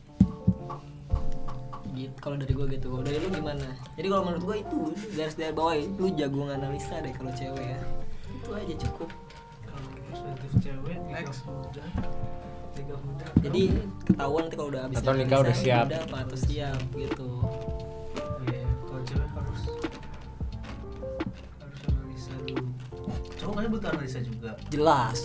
Kalau dari gue gitu. Kalau dari lu gimana? Jadi kalau menurut gue itu dari bawah lu jago analisa deh kalau cewek ya, itu aja cukup. Kalau perspektif cewek nikah muda. Jadi ketahuan nanti kalau udah habis atau nikah udah siap atau siap gitu. Kalau cewek harus analisa dulu. Cowok kayaknya butuh analisa juga. Jelas.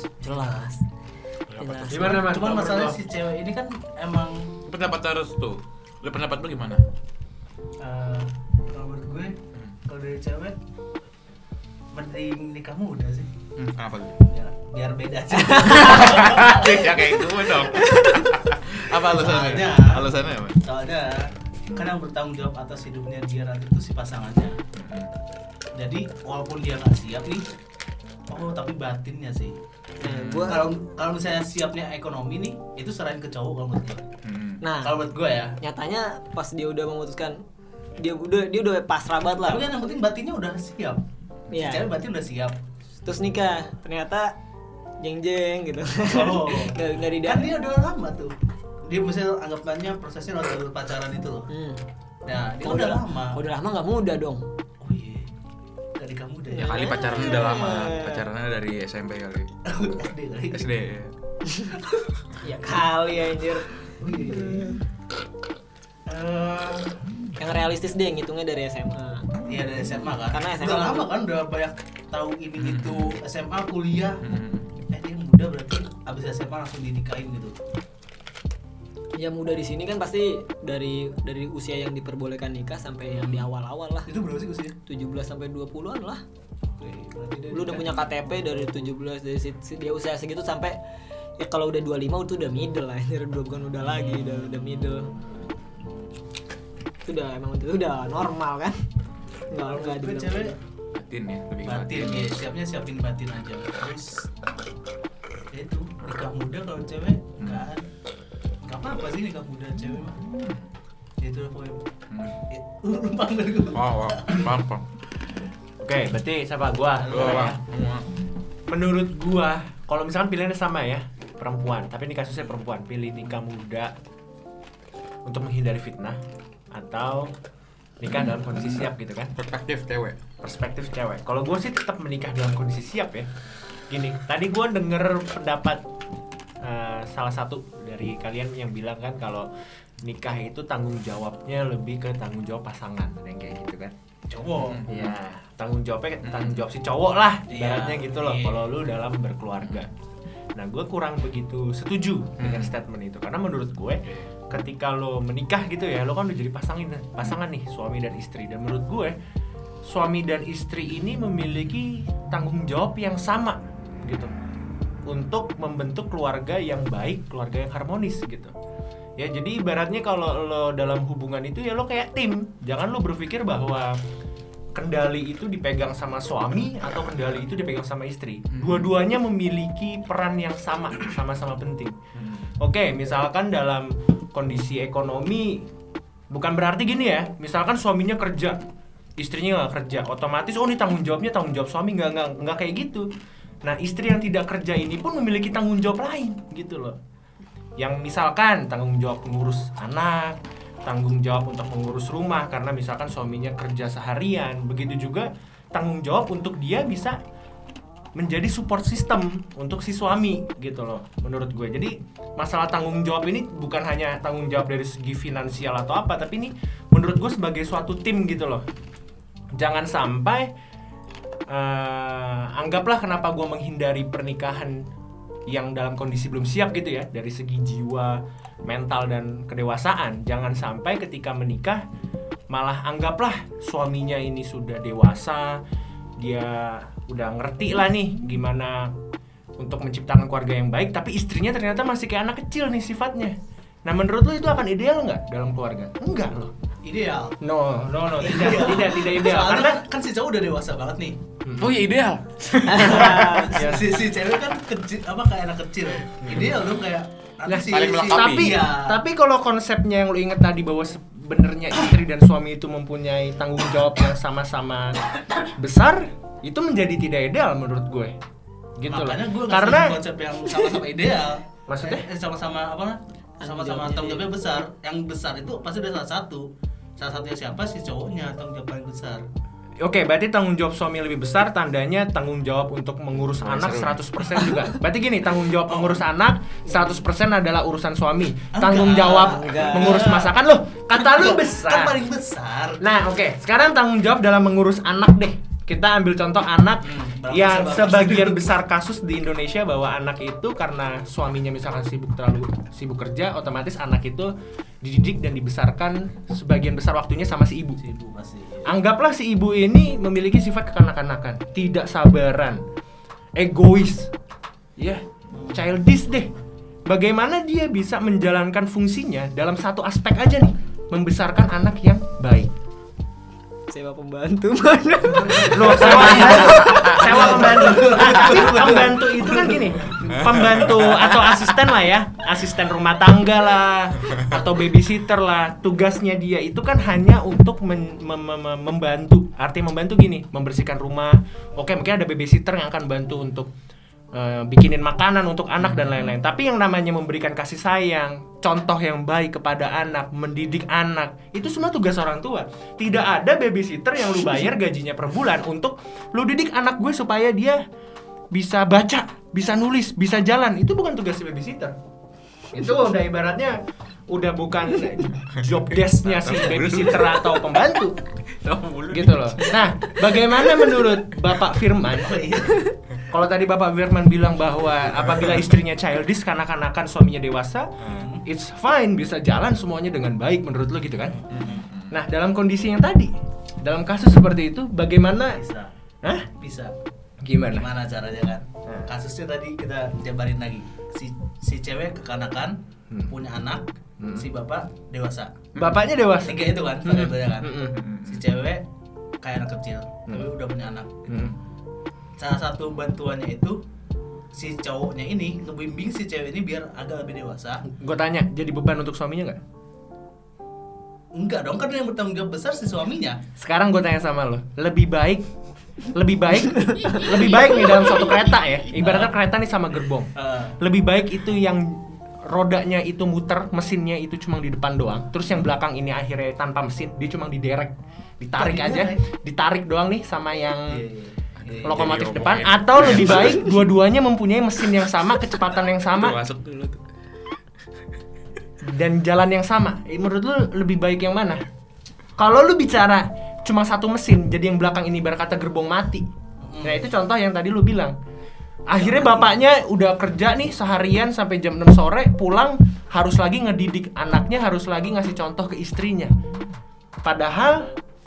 Gimana mas? Cuman masalahnya si cewek ini kan emang pendapat harus tuh. Pendapat lu gimana? Kalau menurut gue, kalau dari cewek mending nikah muda sih. Kenapa tuh? Ya, biar beda aja. Ya kayak gue dong. Apa alasannya? Alasannya apa? Soalnya kan yang bertanggung jawab atas hidupnya dia nanti itu si pasangannya. Jadi walaupun dia nggak siap nih, tapi batinnya sih. Kalau misalnya siapnya ekonomi nih, itu serahin ke cowok kalau menurut gue. Nah, kalau menurut gue ya. Nyatanya pas dia udah memutuskan, dia udah pasrah banget lah. Tapi kan yang penting batinnya udah siap. Iya. Si cewek batin udah siap. Terus nikah, ternyata jeng-jeng gitu. Oh. Nggak didapat. Kan dia udah lama tuh. Dia misalnya anggapannya prosesnya waktu pacaran itu loh. Nah, dia udah lama. Udah lama nggak muda dong. Oh iya. nikah muda Ya kali pacaran udah lama, pacarannya dari SMP kali. SD. Ya kali anjir. Yang realistis deh ngitungnya dari SMA. Iya dari SMA kan. Karena SMA udah lama kan, udah banyak tahu ini itu SMA kuliah. Dia muda berarti abis SMA langsung dinikahin gitu. Ya muda di sini kan pasti dari usia yang diperbolehkan nikah sampai yang di awal-awal lah. Itu berapa sih usia? 17 sampai 20-an lah. Oke, berarti Lu udah punya KTP dari 17 dari dia usia segitu sampai ya kalau udah 25 itu udah middle lah. Ini bukan udah lagi, udah middle. Itu udah normal kan? Enggak gue cewek Batin ya, lebih ke batin ya, siapin batin aja. Terus ya itu nikah muda kalau cewek nggak apa-apa sih nikah muda cewek mah. Ya itu pokoknya. Lupa nggak gue. Paham. Oke, berarti siapa gua? Ya. Menurut gua, kalau misalkan pilihannya sama ya, perempuan, tapi ini kasusnya perempuan, pilih nikah muda untuk menghindari fitnah atau nikah dalam kondisi siap gitu kan? Perspektif cewek. Kalau gue sih tetap menikah dalam kondisi siap ya. Gini, tadi gue denger pendapat salah satu dari kalian yang bilang kan kalau nikah itu tanggung jawabnya lebih ke tanggung jawab pasangan, ada yang kayak gitu kan? Cowok. Iya, tanggung jawabnya tanggung jawab si cowok lah, ibaratnya Iya, gitu loh. iya. Kalau lu dalam berkeluarga. Nah, gue kurang begitu setuju dengan statement itu karena menurut gue ketika lo menikah gitu ya, lo kan udah jadi pasangan nih, suami dan istri. Dan menurut gue suami dan istri ini memiliki tanggung jawab yang sama gitu untuk membentuk keluarga yang baik, keluarga yang harmonis gitu. Ya jadi ibaratnya kalau lo dalam hubungan itu ya lo kayak tim. Jangan lo berpikir bahwa kendali itu dipegang sama suami atau kendali itu dipegang sama istri. Dua-duanya memiliki peran yang sama-sama penting. Oke, misalkan dalam kondisi ekonomi bukan berarti gini ya. Misalkan suaminya kerja, istrinya nggak kerja, otomatis ini tanggung jawab suami, nggak kayak gitu. Nah, istri yang tidak kerja ini pun memiliki tanggung jawab lain gitu loh. Yang misalkan tanggung jawab mengurus anak, tanggung jawab untuk mengurus rumah karena misalkan suaminya kerja seharian. Begitu juga tanggung jawab untuk dia bisa menjadi support system untuk si suami gitu loh menurut gue. Jadi masalah tanggung jawab ini bukan hanya tanggung jawab dari segi finansial atau apa, tapi ini menurut gue sebagai suatu tim gitu loh. Jangan sampai anggaplah kenapa gue menghindari pernikahan yang dalam kondisi belum siap gitu ya, dari segi jiwa, mental dan kedewasaan. Jangan sampai ketika menikah malah anggaplah suaminya ini sudah dewasa, dia udah ngerti lah nih gimana untuk menciptakan keluarga yang baik, tapi istrinya ternyata masih kayak anak kecil nih sifatnya. Nah, menurut lo itu akan ideal nggak dalam keluarga? Enggak loh. Ideal. No, tidak ideal. Karena kan si cowok udah dewasa banget nih. Oh ya ideal. si cewek kan kecil, kayak anak kecil. Ideal dong kayak saling melengkapi. Tapi kalau konsepnya yang lo inget tadi bahwa sebenarnya istri dan suami itu mempunyai tanggung jawab yang sama-sama besar, itu menjadi tidak ideal menurut gue. Gitu makanya loh. Gue karena konsep yang sama-sama ideal. Maksudnya sama-sama sama-sama tanggung jawabnya besar. Yang besar itu pasti ada salah satunya siapa, si cowoknya tanggung jawab paling besar. Oke, berarti tanggung jawab suami lebih besar, tandanya tanggung jawab untuk mengurus anak 100% juga. Berarti gini, tanggung jawab mengurus anak 100% adalah urusan suami. Tanggung jawab mengurus masakan loh, kata lu besar. Kan paling besar. Nah, oke. Sekarang tanggung jawab dalam mengurus anak deh. Kita ambil contoh anak yang sebagian besar kasus di Indonesia bahwa anak itu karena suaminya misalkan terlalu sibuk kerja, otomatis anak itu dididik dan dibesarkan sebagian besar waktunya sama si ibu. Anggaplah si ibu ini memiliki sifat kekanak-kanakan, tidak sabaran, egois, childish deh. Bagaimana dia bisa menjalankan fungsinya dalam satu aspek aja nih, membesarkan anak yang baik? Sewa pembantu mana? Loh, sewa pembantu. Tapi pembantu itu kan gini, pembantu atau asisten lah ya, asisten rumah tangga lah, atau babysitter lah. Tugasnya dia itu kan hanya untuk membantu. Artinya membantu gini, membersihkan rumah. Oke, mungkin ada babysitter yang akan bantu untuk bikinin makanan untuk anak dan lain-lain. Tapi yang namanya memberikan kasih sayang, contoh yang baik kepada anak, mendidik anak, itu semua tugas orang tua. Tidak ada babysitter yang lu bayar gajinya per bulan untuk lu didik anak gue supaya dia bisa baca, bisa nulis, bisa jalan. Itu bukan tugas babysitter. Itu udah ibaratnya udah bukan job desk-nya si babysitter atau pembantu. Gitu loh. Nah, bagaimana menurut Bapak Firman? Kalau tadi Bapak Firman bilang bahwa apabila istrinya childish kanak-kanakan suaminya dewasa, it's fine, bisa jalan semuanya dengan baik menurut lo gitu kan? Nah, dalam kondisi yang tadi, dalam kasus seperti itu bagaimana? Bisa. Hah? Bisa. Gimana Caranya kan? Kasusnya tadi kita jabarin lagi. Si cewek kekanakan, punya anak, si bapak dewasa. Bapaknya dewasa. 3 itu kan variabelnya kan. Si cewek kayak anak kecil, tapi udah punya anak. Salah satu bantuannya itu si cowoknya ini ngebimbing si cewek ini biar agak lebih dewasa. Gue tanya, jadi beban untuk suaminya nggak? Enggak dong, kan yang bertanggung jawab besar si suaminya. Sekarang gue tanya sama lo, lebih baik nih dalam suatu kereta ya, ibaratnya kereta nih sama gerbong. Lebih baik itu yang rodanya itu muter, mesinnya itu cuma di depan doang, terus yang belakang ini akhirnya tanpa mesin, dia cuma ditarik doang nih sama yang lokomotif depan, atau lebih baik dua-duanya mempunyai mesin yang sama, kecepatan yang sama, dan jalan yang sama. Menurut lu lebih baik yang mana? Kalau lu bicara cuma satu mesin, jadi yang belakang ini berkata gerbong mati. Nah itu contoh yang tadi lu bilang. Akhirnya bapaknya udah kerja nih seharian sampai jam 6 sore, pulang harus lagi ngedidik anaknya, harus lagi ngasih contoh ke istrinya. Padahal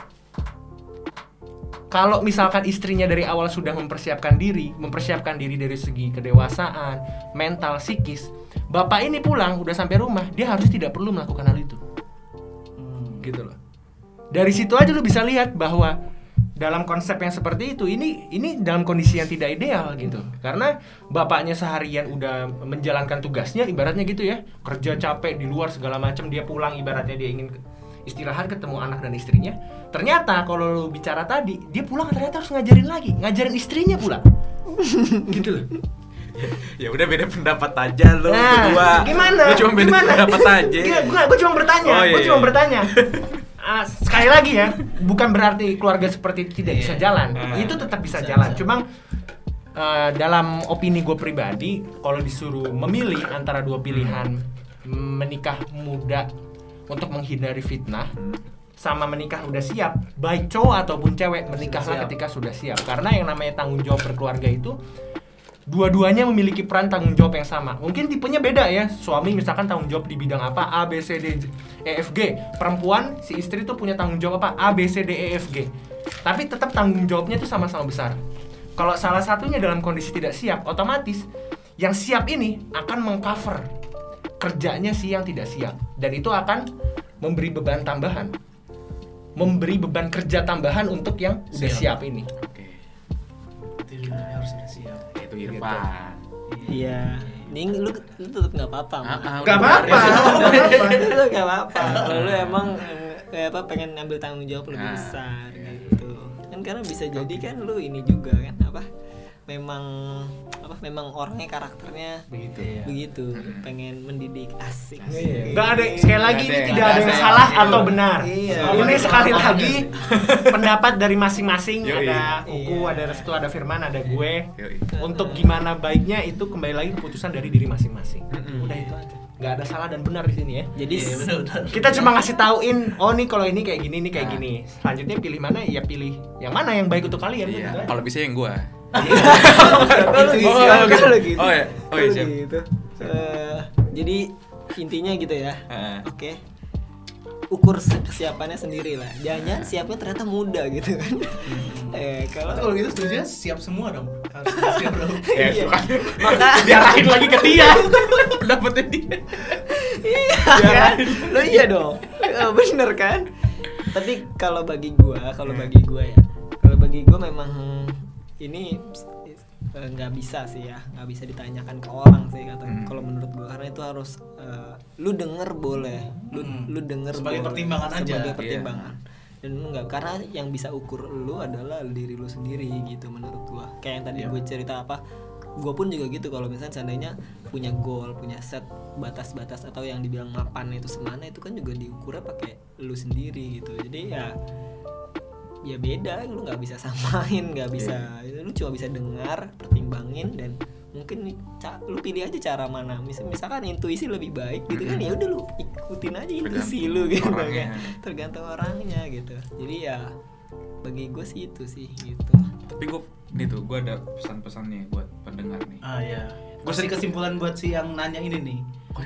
kalau misalkan istrinya dari awal sudah mempersiapkan diri dari segi kedewasaan, mental, psikis, bapak ini pulang udah sampai rumah, dia harus tidak perlu melakukan hal itu. Gitu loh. Dari situ aja lu bisa lihat bahwa dalam konsep yang seperti itu, ini dalam kondisi yang tidak ideal gitu. Karena bapaknya seharian udah menjalankan tugasnya, ibaratnya gitu ya, kerja capek di luar segala macam, dia pulang ibaratnya dia ingin istirahat, ketemu anak dan istrinya. Ternyata kalau lu bicara tadi, dia pulang ternyata harus ngajarin istrinya pula. Gitu loh. Ya udah beda pendapat aja lo berdua. Gimana? Lu cuma beda pendapat aja. Gue cuma bertanya. Sekali lagi ya, bukan berarti keluarga seperti itu tidak bisa jalan. Itu tetap bisa jalan. Cuma dalam opini gue pribadi, kalau disuruh memilih antara dua pilihan, menikah muda untuk menghindari fitnah sama menikah udah siap, baik cowok ataupun cewek, menikahlah ketika sudah siap. Karena yang namanya tanggung jawab berkeluarga itu dua-duanya memiliki peran tanggung jawab yang sama. Mungkin tipenya beda ya. Suami misalkan tanggung jawab di bidang apa, A, B, C, D, E, F, G. Perempuan, si istri tuh punya tanggung jawab apa, A, B, C, D, E, F, G. Tapi tetap tanggung jawabnya tuh sama-sama besar. Kalau salah satunya dalam kondisi tidak siap, otomatis yang siap ini akan mengcover kerjanya si yang tidak siap. Dan itu akan memberi beban tambahan, memberi beban kerja tambahan untuk yang udah siap ini. Itu harus sudah siap. Itu Irfan. Iya. Ning lu tetap enggak apa-apa. Enggak apa-apa. Lu enggak apa-apa. Kalau lu emang pengen ambil tanggung jawab lebih besar gitu. Kan karena bisa jadi kan lu ini juga kan memang orangnya karakternya begitu, pengen mendidik, asik. Nggak ada, sekali lagi ini tidak ada yang salah atau benar. Ini sekali lagi pendapat dari masing-masing. Ada Ugu, ada Restu, ada Firman, ada gue. Untuk gimana baiknya itu kembali lagi keputusan dari diri masing-masing. Udah itu aja. Nggak ada salah dan benar di sini ya. Jadi kita cuma ngasih tauin, oh nih kalau ini kayak gini, nih kayak gini. Selanjutnya pilih mana ya, pilih yang mana yang baik untuk kalian. Iya. Kalau bisa yang gue. Gitu. Jadi intinya gitu ya. Oke. Ukur kesiapannya sendiri lah. Jangan siapnya ternyata muda gitu kan. Kalau gitu setuju siap semua dong. Harus siap dong. Maka diarahin lagi ke dia. Dapetnya dia. Iya kan? Lo iya dong. Bener kan? Tapi kalau bagi gua memang ini nggak bisa sih ya, nggak bisa ditanyakan ke orang sih kalau menurut gue, karena itu harus lu denger boleh, lu denger sebagai boleh, pertimbangan sebagai pertimbangan. Dan lu nggak, karena yang bisa ukur lu adalah diri lu sendiri gitu menurut gue. Kayak yang tadi gue cerita gue pun juga gitu. Kalau misalnya seandainya punya goal, punya set batas-batas atau yang dibilang mapan itu semana, itu kan juga diukurnya pakai lu sendiri gitu. Jadi ya beda, lu nggak bisa samain, nggak bisa, lu cuma bisa dengar, pertimbangin, dan mungkin lu pilih aja cara mana. Misalkan intuisi lebih baik gitu kan, ya udah lu ikutin aja intuisi lu gitu kan, tergantung orangnya gitu. Jadi ya bagi gue sih itu sih gitu. Tapi gue ada pesan-pesan nih buat pendengar nih. Ya. Gue sih kesimpulan buat si yang nanya ini nih.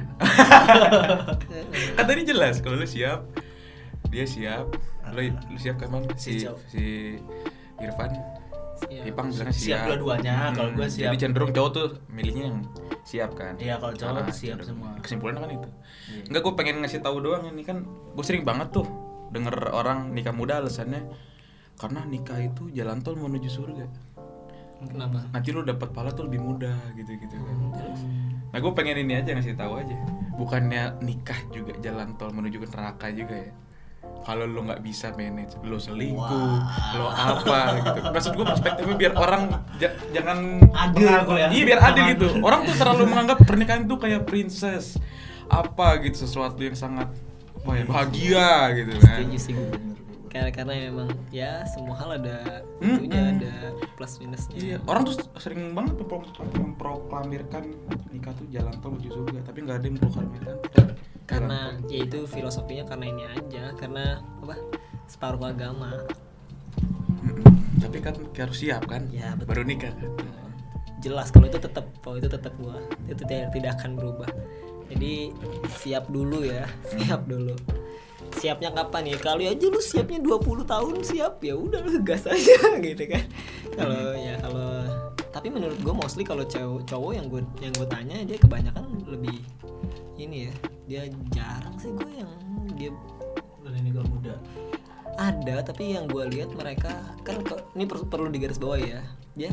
Kan tadi jelas kalau lu siap, dia siap, lu siap kan, si Irfan, Ipang bilang siap dua-duanya. Kalau gue siap. Jadi cenderung cowok tuh milihnya yang siap kan. Iya, kalau cowok siap semua. Kesimpulannya kan itu. Enggak, gue pengen ngasih tahu doang, ini kan gue sering banget tuh denger orang nikah muda alasannya karena nikah itu jalan tol menuju surga. Kenapa? Nanti lu dapat pahala tuh lebih mudah gitu-gitu kan. Nah, gue pengen ini aja ngasih tahu aja. Bukannya nikah juga jalan tol menuju ke neraka juga ya. Kalau lu nggak bisa manage, lu selingkuh, lu apa gitu. Maksud gue perspektifnya biar orang jangan adil ya. Iya, biar adil gitu. Orang tuh terlalu menganggap pernikahan tuh kayak princess apa gitu, sesuatu yang sangat bahagia gitu kan. Setuju sih gue, bener. Karena memang ya semua hal ada itunya, ada plus minusnya. Iya, orang tuh sering banget memproklamirkan nikah tuh jalan tol menuju surga, tapi nggak ada yang memproklamirkan karena ya itu filosofinya karena ini aja, karena apa, separuh agama. Tapi kan harus siap kan, ya, betul. Baru nikah kan. Jelas kalau itu tetap gua itu tidak akan berubah. Jadi siap dulu ya, siap dulu. Siapnya kapan ya? Kali aja lu siapnya 20 tahun siap, ya udah lu gas aja gitu kan. Kalau tapi menurut gue mostly kalau cowok yang gue tanya, dia kebanyakan lebih ini ya. Dia jarang sih gue yang dia dari nikah muda. Ada, tapi yang gue lihat mereka kan ini perlu digarisbawahi ya. Dia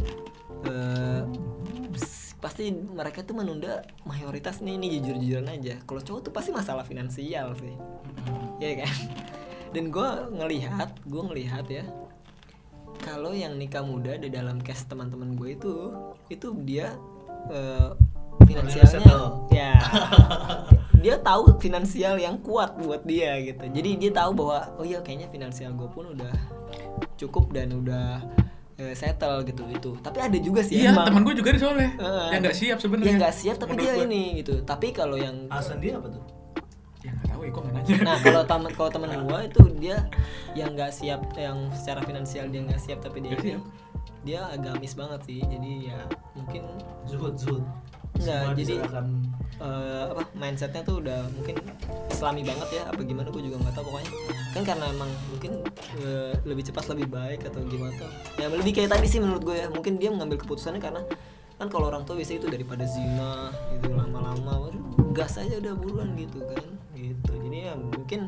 pasti mereka tuh menunda mayoritas nih, ini jujur-jujuran aja. Kalau cowok tuh pasti masalah finansial sih. Ya kan? Dan gue ngelihat ya, kalau yang nikah muda di dalam case teman-teman gue itu dia finansialnya ya dia tahu finansial yang kuat buat dia gitu. Jadi dia tahu bahwa oh iya kayaknya finansial gue pun udah cukup dan udah settle gitu itu. Tapi ada juga sih teman gue juga nih soalnya yang nggak siap sebenarnya. Yang nggak siap tapi dia ini gitu. Tapi kalau yang alasan dia apa tuh? Ya nggak tahu, kok nggak nanya. Nah kalau teman gue itu dia yang nggak siap, yang secara finansial dia nggak siap, tapi dia agamis banget sih. Jadi ya mungkin zuhud nggak, jadi mindsetnya tuh udah mungkin islami banget ya, apa gimana gue juga nggak tahu pokoknya kan, karena emang mungkin lebih cepat lebih baik atau gimana tuh ya, lebih kayak tadi sih menurut gue ya. Mungkin dia mengambil keputusannya karena kan kalau orang tua biasanya itu daripada zina gitu lama-lama gas aja udah buruan gitu kan gitu. Jadi ya mungkin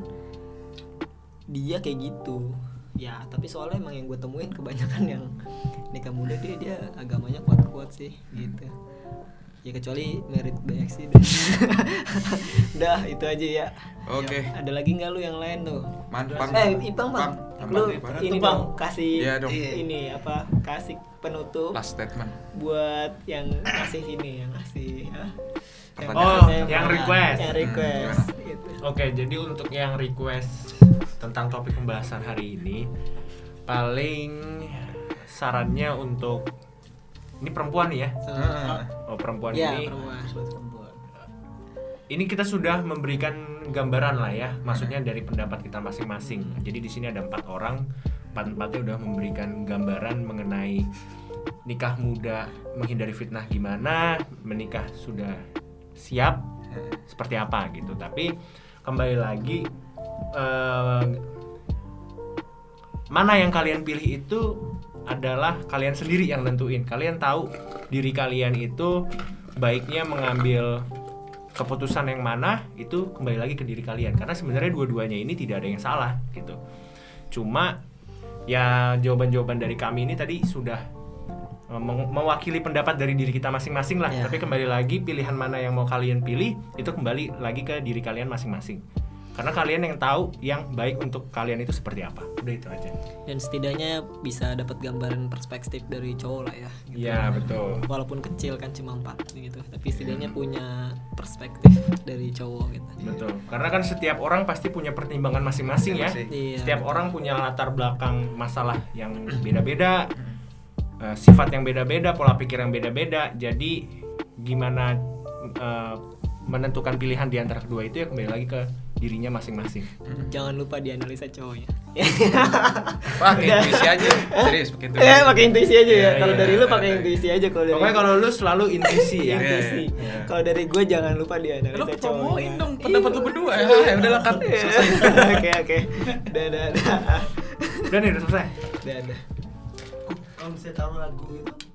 dia kayak gitu ya. Tapi soalnya emang yang gue temuin kebanyakan yang nikah muda dia agamanya kuat-kuat sih gitu ya, kecuali merit banyak sih. Udah itu aja ya. Oke. Ada lagi nggak lu yang lain tuh? Ipang bang. Lu ini bang kasih ini apa? Kasih penutup. Last statement. Buat yang ngasih ini, yang ngasih. Yang request. Gitu. Oke, jadi untuk yang request tentang topik pembahasan hari ini, paling sarannya untuk ini perempuan nih ya. Perempuan ya, ini. Perempuan. Ini kita sudah memberikan gambaran lah ya, maksudnya dari pendapat kita masing-masing. Jadi di sini ada 4 orang, 4-4-nya udah memberikan gambaran mengenai nikah muda menghindari fitnah gimana, menikah sudah siap seperti apa gitu. Tapi kembali lagi mana yang kalian pilih itu adalah kalian sendiri yang nentuin. Kalian tahu diri kalian itu baiknya mengambil keputusan yang mana, itu kembali lagi ke diri kalian. Karena sebenarnya dua-duanya ini tidak ada yang salah gitu. Cuma ya jawaban-jawaban dari kami ini tadi sudah mewakili pendapat dari diri kita masing-masing lah. Tapi kembali lagi pilihan mana yang mau kalian pilih itu kembali lagi ke diri kalian masing-masing. Karena kalian yang tahu yang baik untuk kalian itu seperti apa. Udah itu aja. Dan setidaknya bisa dapat gambaran perspektif dari cowok lah ya. Gitu. Iya, betul. Walaupun kecil kan cuma 4 gitu, tapi setidaknya punya perspektif dari cowok gitu. Betul. Karena kan setiap orang pasti punya pertimbangan masing-masing ya. Iya. Setiap orang punya latar belakang masalah yang beda-beda, sifat yang beda-beda, pola pikir yang beda-beda. Jadi gimana menentukan pilihan di antara kedua itu ya kembali lagi ke dirinya masing-masing. Jangan lupa dianalisa cowoknya. Pakai intuisi aja. Serius pakai intuisi. Pakai intuisi aja ya. Kalau iya. dari lu pakai intuisi aja kalau dari. Pokoknya kalau lu selalu intuisi ya. Intuisi. Kalau dari gue jangan lupa Lu dianalisa cowoknya. promoin dong pendapat lu berdua ya. Udahlah kan. Selesai. Oke. Dadah. Udah nih, udah selesai. Dadah. Kalau misalnya taruh lagu itu